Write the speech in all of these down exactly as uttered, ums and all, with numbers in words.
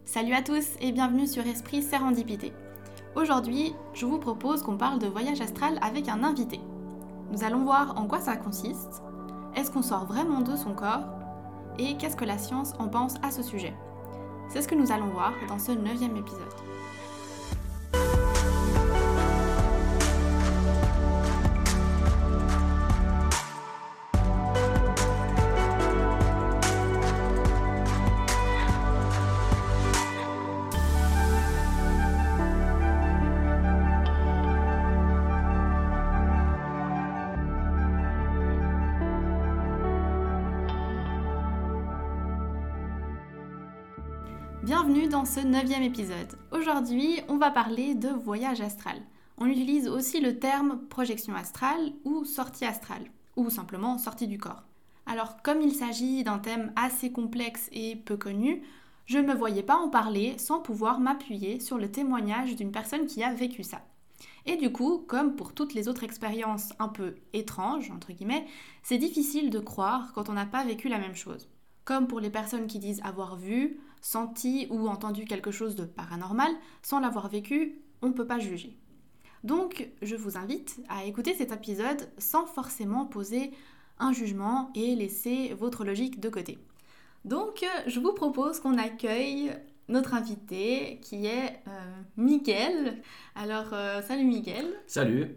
Salut à tous et bienvenue sur Esprit Sérendipité. Aujourd'hui, je vous propose qu'on parle de voyage astral avec un invité. Nous allons voir en quoi ça consiste, est-ce qu'on sort vraiment de son corps et qu'est-ce que la science en pense à ce sujet. C'est ce que nous allons voir dans ce neuvième épisode. Bienvenue dans ce neuvième épisode. Aujourd'hui, on va parler de voyage astral. On utilise aussi le terme projection astrale ou sortie astrale, ou simplement sortie du corps. Alors, comme il s'agit d'un thème assez complexe et peu connu, je ne me voyais pas en parler sans pouvoir m'appuyer sur le témoignage d'une personne qui a vécu ça. Et du coup, comme pour toutes les autres expériences un peu étranges, entre guillemets, c'est difficile de croire quand on n'a pas vécu la même chose. Comme pour les personnes qui disent avoir vu, senti ou entendu quelque chose de paranormal, sans l'avoir vécu, on ne peut pas juger. Donc, je vous invite à écouter cet épisode sans forcément poser un jugement et laisser votre logique de côté. Donc, je vous propose qu'on accueille notre invité qui est euh, Miguel. Alors, euh, salut Miguel. Salut.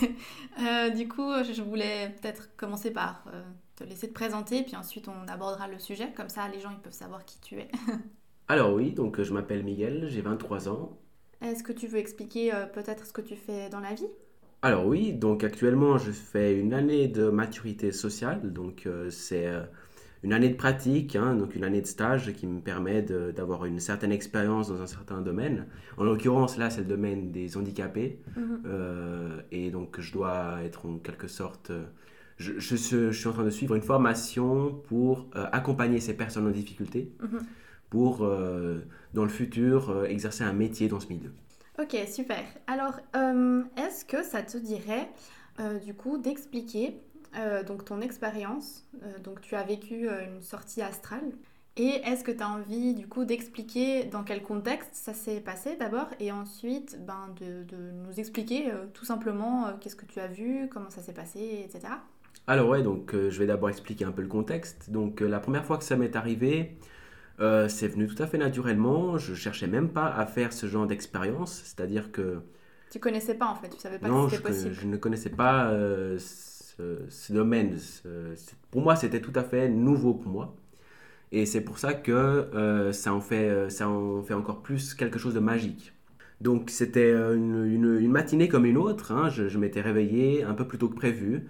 euh, du coup, je voulais peut-être commencer par euh, te laisser te présenter, puis ensuite on abordera le sujet, comme ça les gens ils peuvent savoir qui tu es. Alors oui, donc je m'appelle Miguel, j'ai vingt-trois ans. Est-ce que tu veux expliquer euh, peut-être ce que tu fais dans la vie ? Alors oui, donc actuellement je fais une année de maturité sociale, donc euh, c'est euh, une année de pratique, hein, donc une année de stage qui me permet de- d'avoir une certaine expérience dans un certain domaine. En l'occurrence là c'est le domaine des handicapés, Mhm. euh, et donc je dois être en quelque sorte... euh, je, je suis je suis en train de suivre une formation pour euh, accompagner ces personnes en difficulté, Mhm. pour euh, dans le futur euh, exercer un métier dans ce milieu. Ok, super. Alors, euh, est-ce que ça te dirait euh, du coup d'expliquer euh, donc ton expérience, euh, donc tu as vécu euh, une sortie astrale, et est-ce que tu as envie du coup d'expliquer dans quel contexte ça s'est passé d'abord, et ensuite ben, de, de nous expliquer euh, tout simplement euh, qu'est-ce que tu as vu, comment ça s'est passé, et cetera. Alors ouais, donc euh, je vais d'abord expliquer un peu le contexte. Donc euh, la première fois que ça m'est arrivé, euh, c'est venu tout à fait naturellement. Je cherchais même pas à faire ce genre d'expérience, c'est-à-dire que Tu connaissais pas en fait, tu savais pas que non, je, c'était conna- possible. je ne connaissais Ok. pas euh, ce, ce domaine. Ce- c'est- pour moi, c'était tout à fait nouveau pour moi, et c'est pour ça que euh, ça en fait, euh, ça en fait encore plus quelque chose de magique. Donc c'était euh, une, une- une matinée comme une autre, hein. Je, je m'étais réveillé un peu plus tôt que prévu.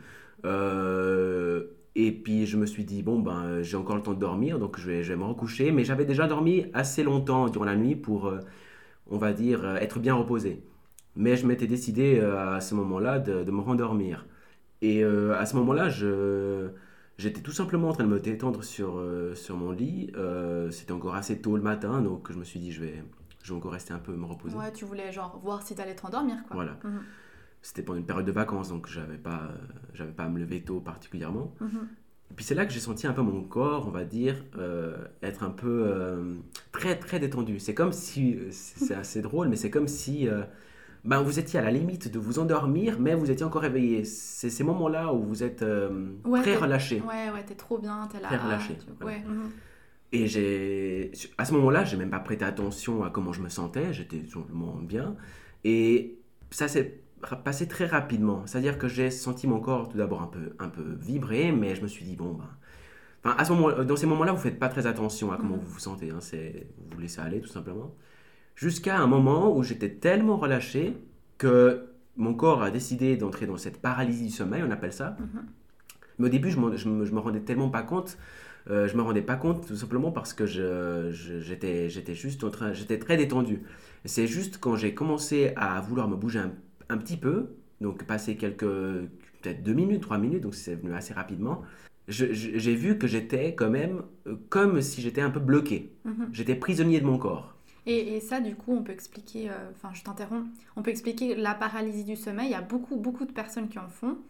Euh, et puis je me suis dit, bon, ben, euh, j'ai encore le temps de dormir, donc je vais, je vais me recoucher. Mais j'avais déjà dormi assez longtemps durant la nuit pour, euh, on va dire, euh, être bien reposé. Mais je m'étais décidé euh, à ce moment-là de, de me rendormir. Et euh, à ce moment-là, je, j'étais tout simplement en train de me détendre sur, euh, sur mon lit. Euh, c'était encore assez tôt le matin, donc je me suis dit, je vais, je vais encore rester un peu me reposer. Ouais, tu voulais genre voir si t'allais te rendormir quoi. Voilà. Mhm. C'était pendant une période de vacances, donc j'avais pas, euh, j'avais pas à me lever tôt particulièrement. Mhm. Et puis c'est là que j'ai senti un peu mon corps, on va dire, euh, être un peu euh, très très détendu. C'est comme si, c'est c'est assez drôle, mais c'est comme si euh, ben, vous étiez à la limite de vous endormir, mais vous étiez encore réveillé. C'est ces moments-là où vous êtes euh, Ouais, très t'es- relâché, Ouais, ouais, t'es trop bien, t'es là. très relâché. tu- Voilà. Ouais. Mhm. Et j'ai, à ce moment-là, j'ai même pas prêté attention à comment je me sentais, j'étais tout simplement bien. Et ça s'est ra- passé très rapidement. C'est-à-dire que j'ai senti mon corps tout d'abord un peu, un peu vibrer, mais je me suis dit, bon, ben. Enfin, à ce moment, dans ces moments-là, vous faites pas très attention à comment Mhm. vous vous sentez, hein, c'est, vous vous laissez aller tout simplement. Jusqu'à un moment où j'étais tellement relâché que mon corps a décidé d'entrer dans cette paralysie du sommeil, on appelle ça. Mhm. Mais au début, je ne je me, je me rendais tellement pas compte. Euh, je me rendais pas compte tout simplement parce que je, je- j'étais, j'étais juste en train, j'étais très détendu. Et c'est juste quand j'ai commencé à vouloir me bouger un, un petit peu, donc passer quelques, peut-être deux minutes, trois minutes, donc c'est venu assez rapidement, je- je- j'ai vu que j'étais quand même euh, comme si j'étais un peu bloqué. Mhm. J'étais prisonnier de mon corps. Et, et ça, du coup, on peut expliquer, euh, enfin, je t'interromps, on peut expliquer la paralysie du sommeil. Il y a beaucoup, beaucoup de personnes qui en font.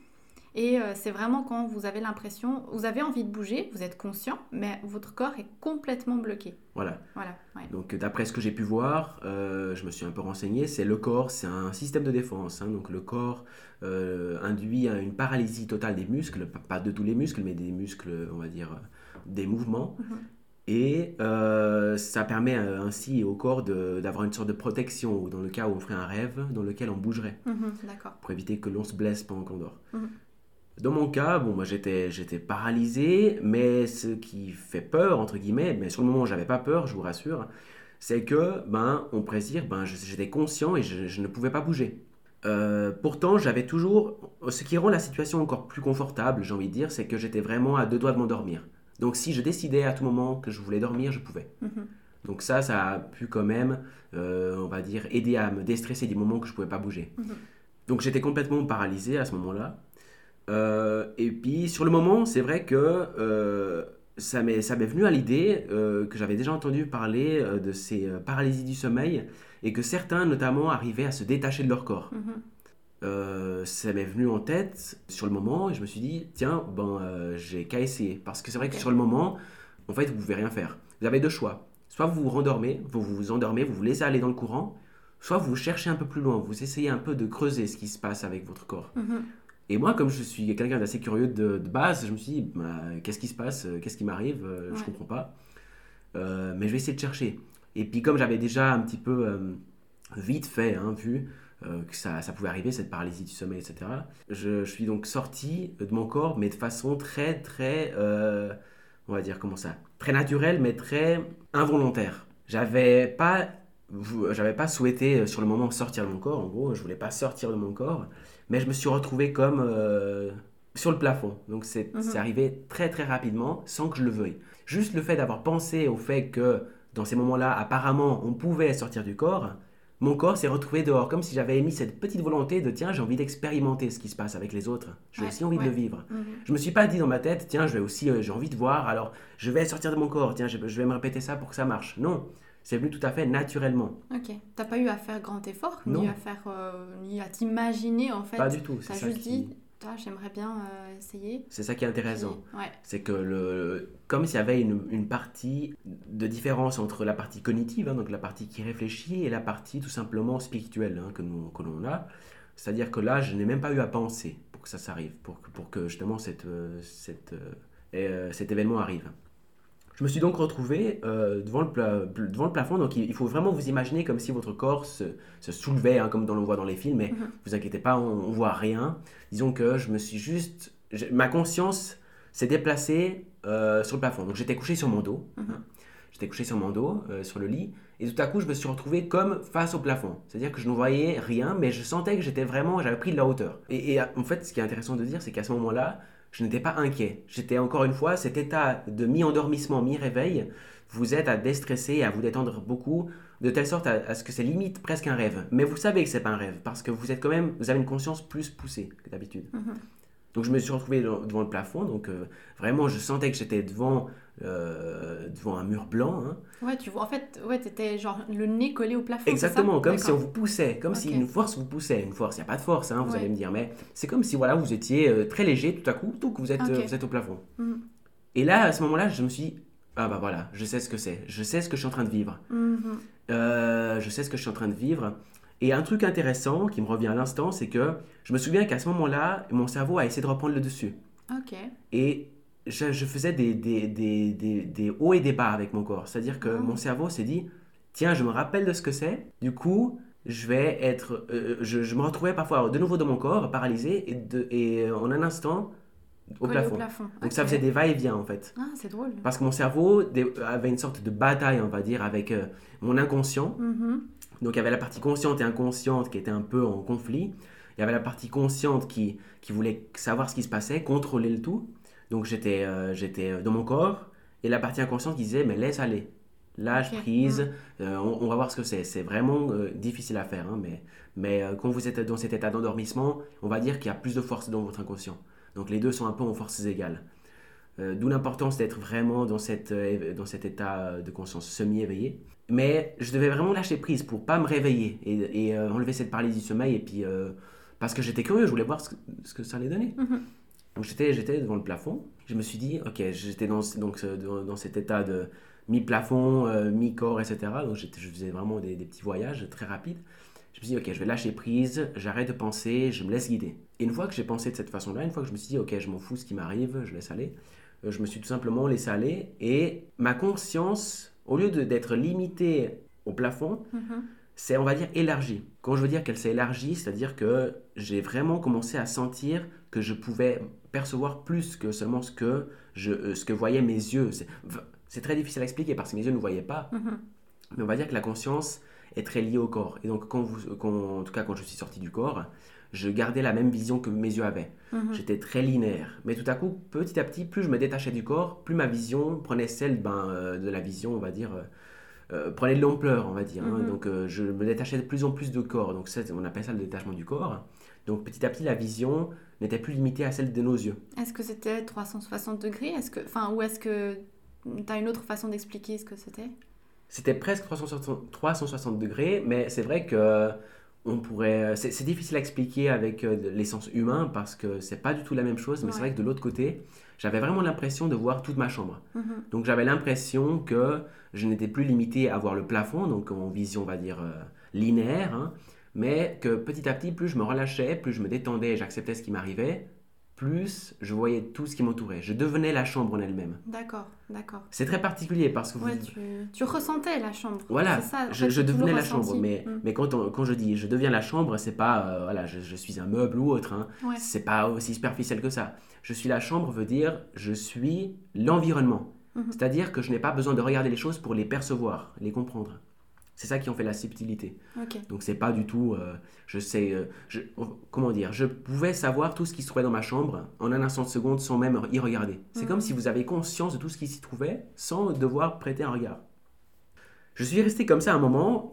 Et euh, c'est vraiment quand vous avez l'impression, vous avez envie de bouger, vous êtes conscient, mais votre corps est complètement bloqué. Voilà. Voilà, ouais. Donc d'après ce que j'ai pu voir, euh, je me suis un peu renseigné, c'est le corps, c'est un système de défense. Hein, donc le corps euh, induit une paralysie totale des muscles, pas de tous les muscles, mais des muscles, on va dire, des mouvements. Mhm. Et euh, ça permet euh, ainsi au corps de, d'avoir une sorte de protection dans le cas où on ferait un rêve dans lequel on bougerait. Mhm, d'accord. Pour éviter que l'on se blesse pendant qu'on dort. Mhm. Dans mon cas, bon, moi j'étais, j'étais paralysé, mais ce qui fait peur, entre guillemets, mais sur le moment j'avais pas peur, je vous rassure, c'est que, ben, on pourrait se dire, ben, j'étais conscient et je, je ne pouvais pas bouger. Euh, pourtant, j'avais toujours, ce qui rend la situation encore plus confortable, j'ai envie de dire, c'est que j'étais vraiment à deux doigts de m'endormir. Donc si je décidais à tout moment que je voulais dormir, je pouvais. Mhm. Donc ça, ça a pu quand même, euh, on va dire, aider à me déstresser du moment que je pouvais pas bouger. Mhm. Donc j'étais complètement paralysé à ce moment-là. Euh, et puis sur le moment, c'est vrai que euh, ça m'est, ça m'est venu à l'idée euh, que j'avais déjà entendu parler euh, de ces euh, paralysies du sommeil et que certains notamment arrivaient à se détacher de leur corps. Mhm. Euh, ça m'est venu en tête sur le moment et je me suis dit tiens, ben, euh, j'ai qu'à essayer. Parce que c'est vrai que Ok. sur le moment, en fait, vous ne pouvez rien faire. Vous avez deux choix. Soit vous vous rendormez, vous vous endormez, vous vous laissez aller dans le courant, soit vous cherchez un peu plus loin, vous essayez un peu de creuser ce qui se passe avec votre corps. Mhm. Et moi, comme je suis quelqu'un d'assez curieux de, de base, je me suis dit, bah, qu'est-ce qui se passe, qu'est-ce qui m'arrive, euh, je Ouais. comprends pas. Euh, mais je vais essayer de chercher. Et puis comme j'avais déjà un petit peu euh, vite fait, hein, vu euh, que ça, ça pouvait arriver, cette paralysie du sommeil, et cetera, je, je suis donc sorti de mon corps, mais de façon très, très, euh, on va dire comment ça, très naturelle, mais très involontaire. J'avais pas, j'avais pas souhaité euh, sur le moment sortir de mon corps, en gros, je voulais pas sortir de mon corps, mais je me suis retrouvé comme euh, sur le plafond. Donc c'est, Mhm. c'est arrivé très très rapidement, sans que je le veuille. Juste le fait d'avoir pensé au fait que dans ces moments-là, apparemment, on pouvait sortir du corps, mon corps s'est retrouvé dehors, comme si j'avais émis cette petite volonté de tiens, j'ai envie d'expérimenter ce qui se passe avec les autres. J'ai Ouais, aussi envie de ouais. le vivre. Mhm. Je me suis pas dit dans ma tête, tiens, je vais aussi, euh, j'ai envie de voir, alors je vais sortir de mon corps, tiens, je, je vais me répéter ça pour que ça marche. Non, c'est venu tout à fait naturellement. Ok. T'as pas eu à faire grand effort, ni Non. à faire, euh, ni à t'imaginer en fait. Pas du tout. T'as C'est ça, juste qui, dit, ah, j'aimerais bien euh, essayer. c'est ça qui est intéressant. Puis- Ouais. C'est que le, comme s'il y avait une, une partie de différence entre la partie cognitive, hein, donc la partie qui réfléchit, et la partie tout simplement spirituelle hein, que, nous, que l'on a. C'est-à-dire que là, je n'ai même pas eu à penser pour que ça s'arrive, pour que, pour que justement cette, euh, cette, euh, et, euh, cet événement arrive. Je me suis donc retrouvé euh, devant, le pla- devant le plafond, donc il, il faut vraiment vous imaginer comme si votre corps se, se soulevait, hein, comme on le voit dans les films, mais Mhm. vous inquiétez pas, on, on voit rien. Disons que je me suis juste... je- ma conscience s'est déplacée euh, sur le plafond, donc j'étais couché sur mon dos. Mhm. hein. J'étais couché sur mon dos, euh, sur le lit, et tout à coup je me suis retrouvé comme face au plafond. C'est-à-dire que je ne voyais rien, mais je sentais que j'étais vraiment, j'avais pris de la hauteur. Et, et en fait, ce qui est intéressant de dire, c'est qu'à ce moment-là, je n'étais pas inquiet. J'étais encore une fois, cet état de mi-endormissement, mi-réveil, vous êtes à déstresser et à vous détendre beaucoup, de telle sorte à, à ce que c'est limite presque un rêve. Mais vous savez que c'est pas un rêve, parce que vous êtes quand même, vous avez une conscience plus poussée que d'habitude. Mhm. Donc je me suis retrouvé dans- devant le plafond, donc euh, vraiment je sentais que j'étais devant, euh, devant un mur blanc. hein. Ouais, tu vois, en fait, ouais, t'étais genre le nez collé au plafond. c'est Exactement, ça comme si on D'accord. vous poussait, comme si Ok. une force vous poussait. Une force, il n'y a pas de force, hein, vous Ouais. allez me dire, mais c'est comme si voilà, vous étiez euh, très léger tout à coup, donc vous êtes, euh, Ok. vous êtes au plafond. Mhm. Et là, à ce moment-là, je me suis dit, ah bah voilà, je sais ce que c'est, je sais ce que je suis en train de vivre. Mhm. Euh, je sais ce que je suis en train de vivre. Et un truc intéressant qui me revient à l'instant, c'est que je me souviens qu'à ce moment-là, mon cerveau a essayé de reprendre le dessus. Ok. Et je, je faisais des, des, des, des, des hauts et des bas avec mon corps. C'est-à-dire que Ah. mon cerveau s'est dit, tiens, je me rappelle de ce que c'est. Du coup, je vais être... euh, je, je me retrouvais parfois de nouveau dans mon corps, paralysé, et, de, et euh, en un instant, au Collé plafond. au plafond. Donc ça Ok. faisait des va-et-vient en fait. Ah, c'est drôle. Parce que mon cerveau dé- avait une sorte de bataille, on va dire, avec euh, mon inconscient. Mhm. Donc il y avait la partie consciente et inconsciente qui était un peu en conflit. Il y avait la partie consciente qui, qui voulait savoir ce qui se passait, contrôler le tout. Donc j'étais euh, j'étais dans mon corps. Et la partie inconsciente qui disait, mais laisse aller. Lâche Ok. prise, euh, on, on va voir ce que c'est. C'est vraiment euh, difficile à faire. hein, mais mais euh, quand vous êtes dans cet état d'endormissement, on va dire qu'il y a plus de force dans votre inconscient. Donc les deux sont un peu en forces égales. Euh, D'où l'importance d'être vraiment dans, cette, euh, dans cet état de conscience semi-éveillé. Mais je devais vraiment lâcher prise pour pas me réveiller et, et, euh, enlever cette paralysie du sommeil. Et puis, euh, parce que j'étais curieux, je voulais voir ce que, ce que ça allait donner. Mhm. Donc j'étais, j'étais devant le plafond. Je me suis dit, ok, j'étais dans, donc, dans, dans cet état de mi-plafond, euh, mi-corps, et cetera. Donc je faisais vraiment des, des petits voyages très rapides. Je me suis dit, ok, je vais lâcher prise, j'arrête de penser, je me laisse guider. Et une fois que j'ai pensé de cette façon-là, une fois que je me suis dit, ok, je m'en fous ce qui m'arrive, je laisse aller, euh, je me suis tout simplement laissé aller. Et ma conscience, au lieu de, d'être limitée au plafond, Mhm. c'est, on va dire, élargie. Quand je veux dire qu'elle s'est élargie, c'est-à-dire que j'ai vraiment commencé à sentir que je pouvais percevoir plus que seulement ce que, je, euh, ce que voyaient mes yeux. C'est, c'est très difficile à expliquer parce que mes yeux ne voyaient pas. Mhm. Mais on va dire que la conscience est très liée au corps. Et donc, quand vous, quand, en tout cas, quand je suis sorti du corps, je gardais la même vision que mes yeux avaient. Mhm. J'étais très linéaire. Mais tout à coup, petit à petit, plus je me détachais du corps, plus ma vision prenait celle ben, euh, de la vision, on va dire, euh, euh, prenait de l'ampleur, on va dire. Hein. Mhm. Donc, euh, je me détachais de plus en plus du corps. Donc, ça, on appelle ça le détachement du corps. Donc, petit à petit, la vision n'était plus limitée à celle de nos yeux. Est-ce que c'était trois cent soixante degrés? Est-ce que, enfin, ou est-ce que tu as une autre façon d'expliquer ce que c'était? C'était presque trois cent soixante, trois cent soixante degrés, mais c'est vrai que on pourrait, c'est, c'est difficile à expliquer avec euh, les sens humains parce que c'est pas du tout la même chose, mais Ouais. c'est vrai que de l'autre côté, j'avais vraiment l'impression de voir toute ma chambre. Mhm. Donc j'avais l'impression que je n'étais plus limité à voir le plafond, donc en vision, on va dire, euh, linéaire, hein, mais que petit à petit, plus je me relâchais, plus je me détendais et j'acceptais ce qui m'arrivait, plus je voyais tout ce qui m'entourait. Je devenais la chambre en elle-même. D'accord, d'accord. C'est très particulier parce que vous, Ouais, tu, tu ressentais la chambre. voilà, C'est ça, en je, fait, je c'est toujours devenais la ressenti. chambre, mais, Mm. mais quand, on- quand je dis je deviens la chambre, c'est pas euh, voilà, je, je suis un meuble ou autre, hein. Ouais. C'est pas aussi superficiel que ça. Je suis la chambre veut dire je suis l'environnement. Mhm. C'est-à-dire que je n'ai pas besoin de regarder les choses pour les percevoir, les comprendre. C'est ça qui en fait la subtilité. Ok. Donc c'est pas du tout, euh, je sais, euh, je- comment dire, je pouvais savoir tout ce qui se trouvait dans ma chambre en un instant de seconde sans même y regarder. C'est Mhm. comme si vous avez conscience de tout ce qui s'y trouvait sans devoir prêter un regard. Je suis resté comme ça un moment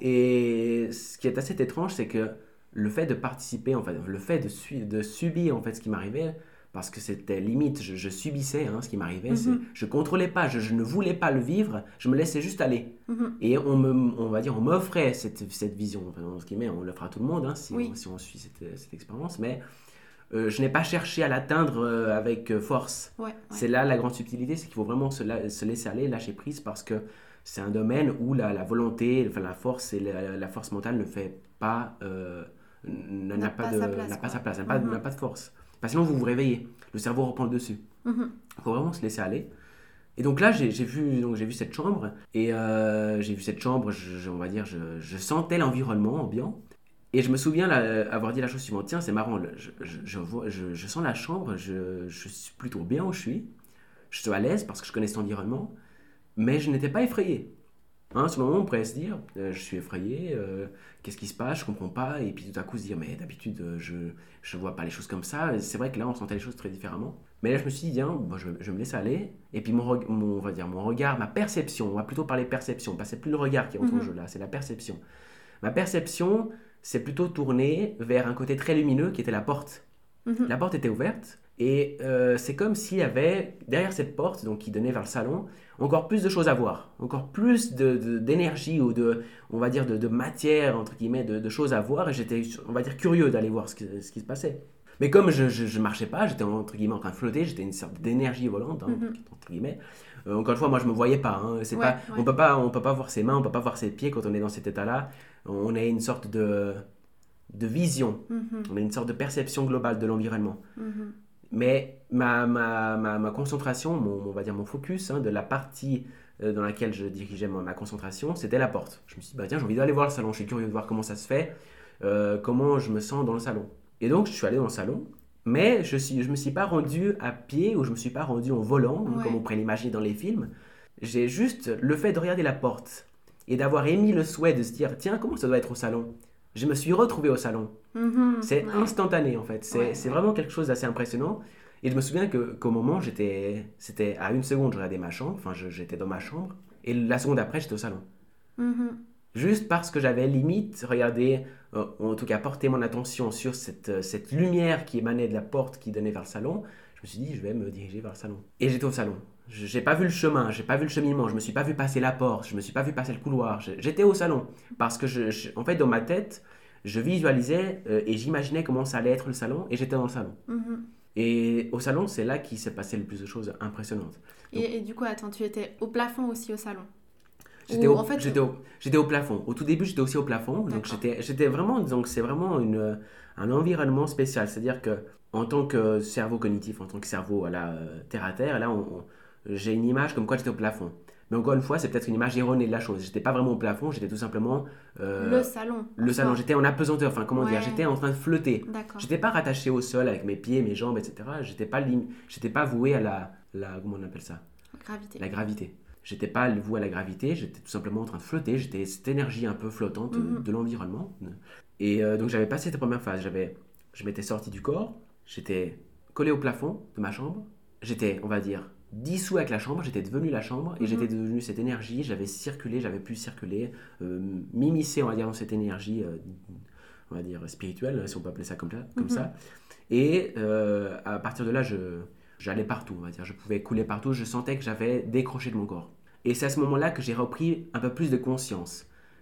et ce qui est assez étrange, c'est que le fait de participer, en fait, le fait de, su- de subir en fait ce qui m'arrivait, parce que c'était limite, je, je subissais hein, ce qui m'arrivait, c'est, Mhm. je contrôlais pas, je, je ne voulais pas le vivre, je me laissais juste aller. Mhm. Et on, me, on va dire, on m'offrait cette, cette vision, enfin, en ce qui met, on l'offre à tout le monde hein, si, Oui. on, si on suit cette, cette expérience, mais euh, je n'ai pas cherché à l'atteindre euh, avec euh, force. Ouais, ouais. C'est là la grande subtilité, c'est qu'il faut vraiment se, la- se laisser aller, lâcher prise, parce que c'est un domaine où la, la volonté, enfin, la force et la, la force mentale ne fait pas, euh, n'a, N'a pas, pas de, sa place, n'a pas quoi. sa place, n'a pas, Mhm. n'a pas de force. Parce que sinon vous vous réveillez, le cerveau reprend le dessus. Mhm. Il faut vraiment se laisser aller. Et donc là, j'ai, j'ai vu, donc j'ai vu cette chambre, et euh, j'ai vu cette chambre, je, je- on va dire, je, je sentais l'environnement ambiant. Et je me souviens là, avoir dit la chose suivante, tiens, c'est marrant, le- je, je, je vois, je, je sens la chambre, je, je suis plutôt bien où je suis, je suis à l'aise parce que je connais cet environnement, mais je n'étais pas effrayé. Hein, sur le moment, on pourrait se dire, euh, je suis effrayé, euh, qu'est-ce qui se passe, je comprends pas, et puis tout à coup se dire, mais d'habitude, euh, je je vois pas les choses comme ça. Et c'est vrai que là, on sentait les choses très différemment. Mais là, je me suis dit, tiens, bon, je, je me laisse aller, et puis mon, reg- mon, on va dire, mon regard, ma perception, on va plutôt parler perception, parce que c'est plus le regard qui entre en Mhm. jeu là, c'est la perception. Ma perception, c'est plutôt tourné vers un côté très lumineux qui était la porte. Mhm. La porte était ouverte et euh, c'est comme s'il y avait derrière cette porte, donc qui donnait vers le salon, encore plus de choses à voir, encore plus de, de- d'énergie ou de, on va dire, de, de matière entre guillemets, de, de choses à voir. Et j'étais, on va dire, curieux d'aller voir ce, que- ce qui se passait. Mais comme je, je, je marchais pas, j'étais entre guillemets en train de flotter, j'étais une sorte d'énergie volante, hein, Mhm. entre guillemets. Euh, encore une fois, moi je me voyais pas. Hein, c'est Ouais, pas, ouais. on peut pas, on peut pas voir ses mains, on peut pas voir ses pieds quand on est dans cet état-là. On a une sorte de, de vision. Mhm. On a une sorte de perception globale de l'environnement. Mhm. Mais ma, ma, ma, ma concentration, mon, on va dire mon focus, hein, de la partie euh, dans laquelle je dirigeais ma, ma concentration, c'était la porte. Je me suis dit, bah, tiens, j'ai envie d'aller voir le salon, je suis curieux de voir comment ça se fait, euh, comment je me sens dans le salon. Et donc, je suis allé dans le salon, mais je ne je me suis pas rendu à pied ou je ne me suis pas rendu en volant, hein, Ouais. comme on pourrait l'imaginer dans les films. J'ai juste le fait de regarder la porte et d'avoir émis le souhait de se dire, tiens, comment ça doit être au salon. Je me suis retrouvé au salon. Mhm. C'est Ouais. instantané en fait. C'est Ouais, c'est ouais. vraiment quelque chose d'assez impressionnant. Et je me souviens que, qu'au moment, j'étais, c'était à une seconde, je regardais ma chambre, enfin je- j'étais dans ma chambre, et la seconde après, j'étais au salon. Mhm. Juste parce que j'avais limite regardé, euh, ou en tout cas porté mon attention sur cette, euh, cette lumière qui émanait de la porte qui donnait vers le salon, je me suis dit, je vais me diriger vers le salon. Et j'étais au salon. Je- J'ai pas vu le chemin, j'ai pas vu le cheminement, je me suis pas vu passer la porte, je me suis pas vu passer le couloir. Je- J'étais au salon parce que, je, je- en fait, dans ma tête, je visualisais euh, et j'imaginais comment ça allait être le salon, et j'étais dans le salon. Mhm. Et au salon, c'est là qu'il s'est passé le plus de choses impressionnantes. Donc, Et, et du coup, attends, tu étais au plafond aussi au salon? J'étais Ou au, en fait... j'étais, au, j'étais au plafond. Au tout début, j'étais aussi au plafond. Donc, D'accord. j'étais, j'étais vraiment, donc c'est vraiment une, un environnement spécial. C'est-à-dire que en tant que cerveau cognitif, en tant que cerveau voilà, euh, terre à terre, là, on, on- j'ai une image comme quoi j'étais au plafond. Mais encore une fois, c'est peut-être une image erronée de la chose. J'étais pas vraiment au plafond, j'étais tout simplement Le euh, salon, en le salon. soi. J'étais en apesanteur. Enfin, comment dire, Ouais, j'étais en train de flotter. d'accord. J'étais pas rattaché au sol avec mes pieds, mes jambes, et cetera. J'étais pas, lim- j'étais pas voué à la, la, comment on appelle ça? Gravité. La gravité. J'étais pas voué à la gravité, j'étais tout simplement en train de flotter, j'étais cette énergie un peu flottante euh, Mhm. de l'environnement. Et euh, donc j'avais passé cette première phase, j'avais, je m'étais sorti du corps, j'étais collé au plafond de ma chambre, j'étais, on va dire, dissous avec la chambre, j'étais devenu la chambre et Mhm. j'étais devenu cette énergie, j'avais circulé, j'avais pu circuler, euh, m'immiscer, on va dire, dans cette énergie, euh, on va dire, spirituelle, si on peut appeler ça comme ça. Comme Mhm. ça. Et euh, à partir de là, je, j'allais partout, on va dire. Je pouvais couler partout. Je sentais que j'avais décroché de mon corps. Et c'est à ce moment-là que j'ai repris un peu plus de conscience.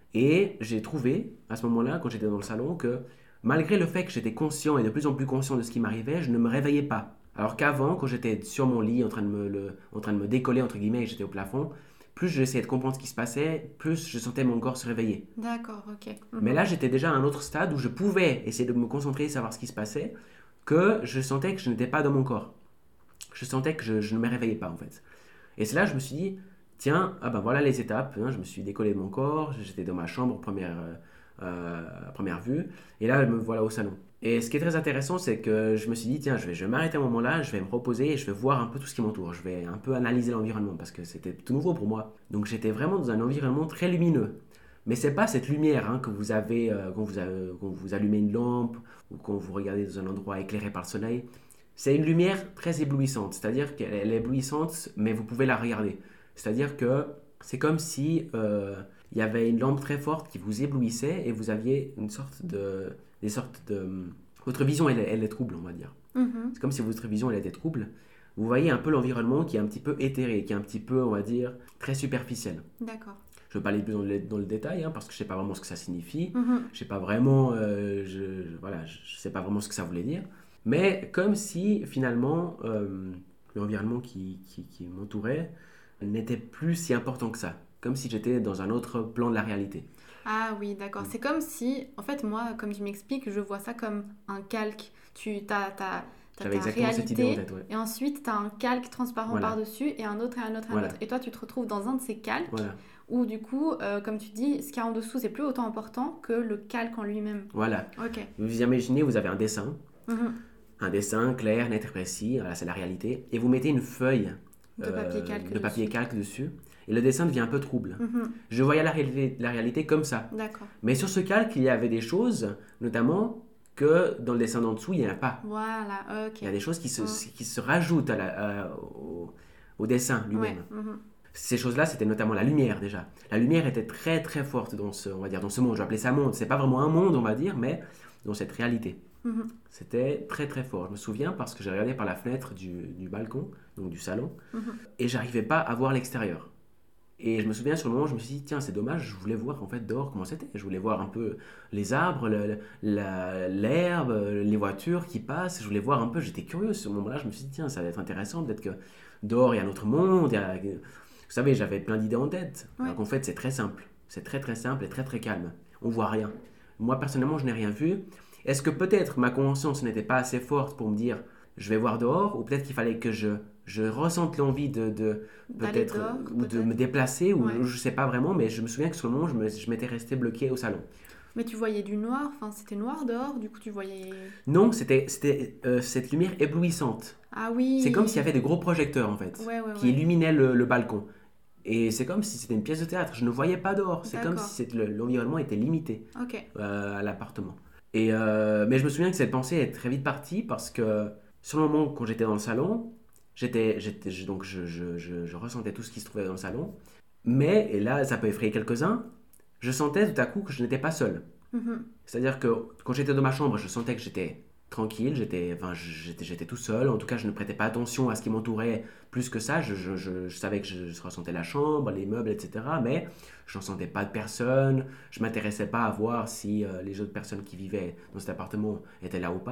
Et j'ai trouvé, à ce moment-là, quand j'étais dans le salon, que malgré le fait que j'étais conscient et de plus en plus conscient de ce qui m'arrivait, je ne me réveillais pas. Alors qu'avant, quand j'étais sur mon lit, en train de me, le- en train de me décoller, entre guillemets, et j'étais au plafond, plus j'essayais de comprendre ce qui se passait, plus je sentais mon corps se réveiller. D'accord, ok. Mhm. Mais là, j'étais déjà à un autre stade où je pouvais essayer de me concentrer et savoir ce qui se passait, que je sentais que je n'étais pas dans mon corps. Je sentais que je, je ne me réveillais pas, en fait. Et c'est là que je me suis dit, tiens, ah ben voilà les étapes. Hein, je me suis décollé de mon corps, j'étais dans ma chambre, première, euh, euh, première vue, et là, me voilà au salon. Et ce qui est très intéressant, c'est que je me suis dit, tiens, je vais, je vais m'arrêter à un moment là, je vais me reposer et je vais voir un peu tout ce qui m'entoure. Je vais un peu analyser l'environnement parce que c'était tout nouveau pour moi. Donc j'étais vraiment dans un environnement très lumineux. Mais c'est pas cette lumière hein, que vous avez euh, quand, vous avez- quand vous allumez une lampe ou quand vous regardez dans un endroit éclairé par le soleil. C'est une lumière très éblouissante, c'est-à-dire qu'elle elle est éblouissante, mais vous pouvez la regarder. C'est-à-dire que c'est comme si euh, il y avait une lampe très forte qui vous éblouissait et vous aviez une sorte de, des sortes de, votre vision elle, est- elle est trouble, on va dire. Mhm. C'est comme si votre vision elle était trouble. Vous voyez un peu l'environnement qui est un petit peu éthéré, qui est un petit peu, on va dire, très superficiel. D'accord. Je ne veux pas aller plus dans le, dans le détail hein, parce que je ne sais pas vraiment ce que ça signifie. Mhm. Je sais pas vraiment, euh, je, je- voilà, je, je sais pas vraiment ce que ça voulait dire. Mais comme si finalement euh, l'environnement qui, qui, qui m'entourait n'était plus si important que ça. Comme si j'étais dans un autre plan de la réalité. Ah oui, d'accord. Mm. C'est comme si, en fait, moi, comme tu m'expliques, je vois ça comme un calque. Tu as ta, J'avais ta exactement cette idée en réalité tête. Ouais. et ensuite tu as un calque transparent Voilà. par-dessus et un autre et un autre et un Voilà. autre. Et toi, tu te retrouves dans un de ces calques Voilà. où, du coup, euh, comme tu dis, ce qu'il y a en dessous, c'est plus autant important que le calque en lui-même. Voilà. Ok. Vous imaginez, vous avez un dessin, Mhm. un dessin clair, net et précis, voilà, c'est la réalité, et vous mettez une feuille De papier calque de papier dessus. calque dessus, et le dessin devient un peu trouble. Mhm. Je voyais la réalité, la réalité comme ça. D'accord. Mais sur ce calque, il y avait des choses, notamment, que dans le dessin d'en dessous, il n'y en a pas. Voilà, ok. Il y a des choses qui se, Mm. qui se rajoutent à la- à- au, au dessin lui-même. Ouais. Mhm. Ces choses-là, c'était notamment la lumière déjà. La lumière était très très forte dans ce, on va dire, dans ce monde. Je vais appeler ça monde. C'est pas vraiment un monde, on va dire, mais dans cette réalité. Mhm. C'était très très fort. Je me souviens parce que j'ai regardé par la fenêtre du, du balcon, donc du salon, Mhm. et j'arrivais pas à voir l'extérieur. Et je me souviens sur le moment, je me suis dit, tiens, c'est dommage, je voulais voir en fait dehors comment c'était. Je voulais voir un peu les arbres, le- la- l'herbe, les voitures qui passent. Je voulais voir un peu, j'étais curieux. Ce moment-là, je me suis dit, tiens, ça va être intéressant. Peut-être que dehors, il y a un autre monde. il y a- Vous savez, j'avais plein d'idées en tête. Ouais. Alors qu'en fait, c'est très simple. C'est très très simple et très très calme. On voit rien. Moi, personnellement, je n'ai rien vu. Est-ce que peut-être ma conscience n'était pas assez forte pour me dire, je vais voir dehors, ou peut-être qu'il fallait que je, je ressente l'envie de, de D'aller peut-être dehors, ou de peut-être. me déplacer, ou Ouais. je sais pas vraiment, mais je me souviens que sur le moment, je, me- je m'étais resté bloqué au salon. Mais tu voyais du noir, enfin c'était noir dehors, du coup tu voyais... Non, c'était c'était euh, cette lumière éblouissante. Ah oui. C'est comme s'il y avait des gros projecteurs en fait, Ouais, ouais, qui ouais. illuminaient le, le balcon. Et c'est comme si c'était une pièce de théâtre. Je ne voyais pas dehors. C'est comme D'accord. si c'était- le- l'environnement était limité Ok. euh, à l'appartement. Et euh, mais je me souviens que cette pensée est très vite partie parce que sur le moment quand j'étais dans le salon, j'étais, j'étais, je- donc je, je, je, je ressentais tout ce qui se trouvait dans le salon. Mais, et là ça peut effrayer quelques-uns, je sentais tout à coup que je n'étais pas seul. Mhm. C'est-à-dire que quand j'étais dans ma chambre, je sentais que j'étais tranquille, j'étais, enfin, j'étais, j'étais tout seul. En tout cas, je ne prêtais pas attention à ce qui m'entourait plus que ça. Je, je, je, je savais que je, je ressentais la chambre, les meubles, et cetera. Mais je n'en sentais pas de personne. Je ne m'intéressais pas à voir si euh, les autres personnes qui vivaient dans cet appartement étaient là ou pas.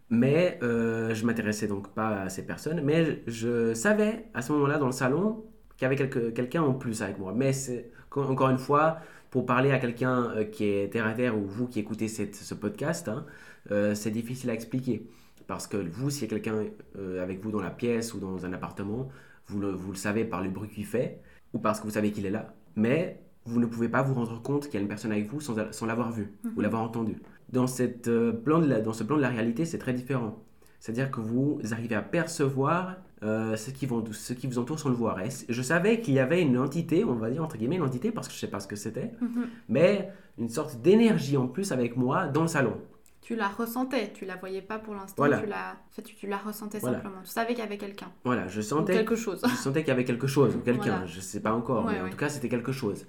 Mais euh, je m'intéressais donc pas à ces personnes. Mais je, je savais à ce moment-là dans le salon qu'il y avait quelque- quelqu'un en plus avec moi. Mais c'est, encore une fois, pour parler à quelqu'un euh, qui est terre à terre ou vous qui écoutez cette- ce podcast, hein, euh, c'est difficile à expliquer. Parce que vous, s'il y a quelqu'un euh, avec vous dans la pièce ou dans un appartement, vous le, vous le savez par le bruit qu'il fait ou parce que vous savez qu'il est là. Mais vous ne pouvez pas vous rendre compte qu'il y a une personne avec vous sans, sans l'avoir vu ou Mhm. l'avoir entendu. Dans, cette, euh, plan de la- dans ce plan de la réalité, c'est très différent. C'est-à-dire que vous arrivez à percevoir euh, ce, qui vont, ce qui vous entoure sans le voir. Et je savais qu'il y avait une entité, on va dire entre guillemets une entité, parce que je ne sais pas ce que c'était, Mhm. mais une sorte d'énergie en plus avec moi dans le salon. Tu la ressentais, tu la voyais pas pour l'instant, Voilà. tu la, en fait, tu, tu la ressentais Voilà. simplement. Tu savais qu'il y avait quelqu'un Voilà, je ou sentais, quelque chose. je sentais qu'il y avait quelque chose ou quelqu'un, Voilà. je ne sais pas encore, Ouais, mais en ouais. tout cas c'était quelque chose.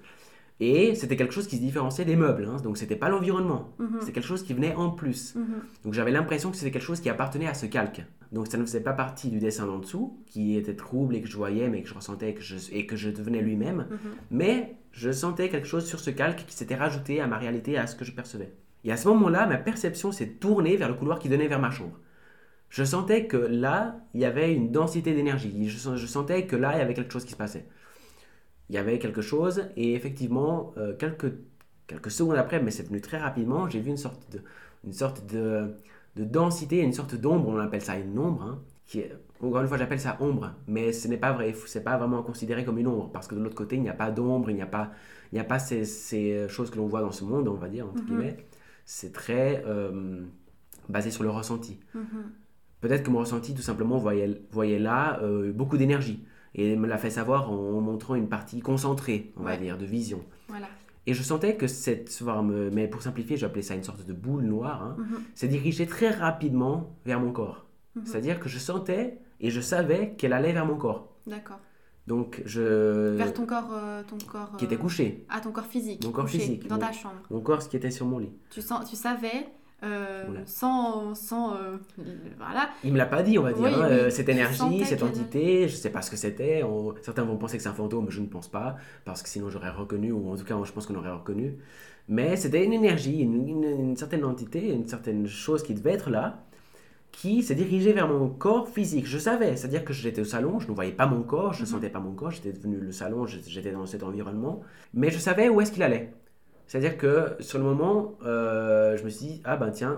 Et c'était quelque chose qui se différenciait des meubles, hein, donc c'était pas l'environnement, Mhm. c'était quelque chose qui venait en plus. Mhm. Donc j'avais l'impression que c'était quelque chose qui appartenait à ce calque. Donc ça ne faisait pas partie du dessin d'en dessous, qui était trouble et que je voyais, mais que je ressentais et que je, et que je devenais lui-même. Mhm. Mais je sentais quelque chose sur ce calque qui s'était rajouté à ma réalité, à ce que je percevais. Et à ce moment-là, ma perception s'est tournée vers le couloir qui donnait vers ma chambre. Je sentais que là, il y avait une densité d'énergie. Je, je sentais que là, il y avait quelque chose qui se passait. Il y avait quelque chose, et effectivement, euh, quelques, quelques secondes après, mais c'est venu très rapidement, j'ai vu une sorte de, une sorte de, de densité, une sorte d'ombre, on appelle ça une ombre, hein, qui est, encore une fois, j'appelle ça ombre, mais ce n'est pas vrai, c'est pas vraiment considéré comme une ombre, parce que de l'autre côté, il n'y a pas d'ombre, il n'y a pas, il n'y a pas ces, ces choses que l'on voit dans ce monde, on va dire, entre Mhm. guillemets. C'est très euh, basé sur le ressenti. Mhm. Peut-être que mon ressenti, tout simplement, voyait, voyait là euh, beaucoup d'énergie. Et me l'a fait savoir en montrant une partie concentrée, on va Ouais. dire, de vision. Voilà. Et je sentais que cette forme, mais pour simplifier, j'appelais ça une sorte de boule noire, hein, Mhm. s'est dirigée très rapidement vers mon corps. Mhm. C'est-à-dire que je sentais et je savais qu'elle allait vers mon corps. D'accord. Donc, je... Vers ton corps, euh, ton corps. Qui était euh, couché. Ah, ton corps physique. Mon corps couché physique. Dans Mon- ta chambre. Mon corps, ce qui était sur mon lit. Tu sens, tu savais. euh, Voilà. sans, sans euh, voilà. Il me l'a pas dit, on va dire. Oui, hein, oui. euh, cette Tu énergie, sentais cette qu'elle- entité, je sais pas ce que c'était. On- Certains vont penser que c'est un fantôme, je ne pense pas, parce que sinon j'aurais reconnu, ou en tout cas, je pense qu'on aurait reconnu. Mais c'était une énergie, une, une- une certaine entité, une certaine chose qui devait être là, qui s'est dirigée vers mon corps physique. Je savais, c'est-à-dire que j'étais au salon, je ne voyais pas mon corps, je ne Mhm. sentais pas mon corps, j'étais devenu le salon, j'étais dans cet environnement, mais je savais où est-ce qu'il allait. C'est-à-dire que sur le moment, euh, je me suis dit, ah ben tiens,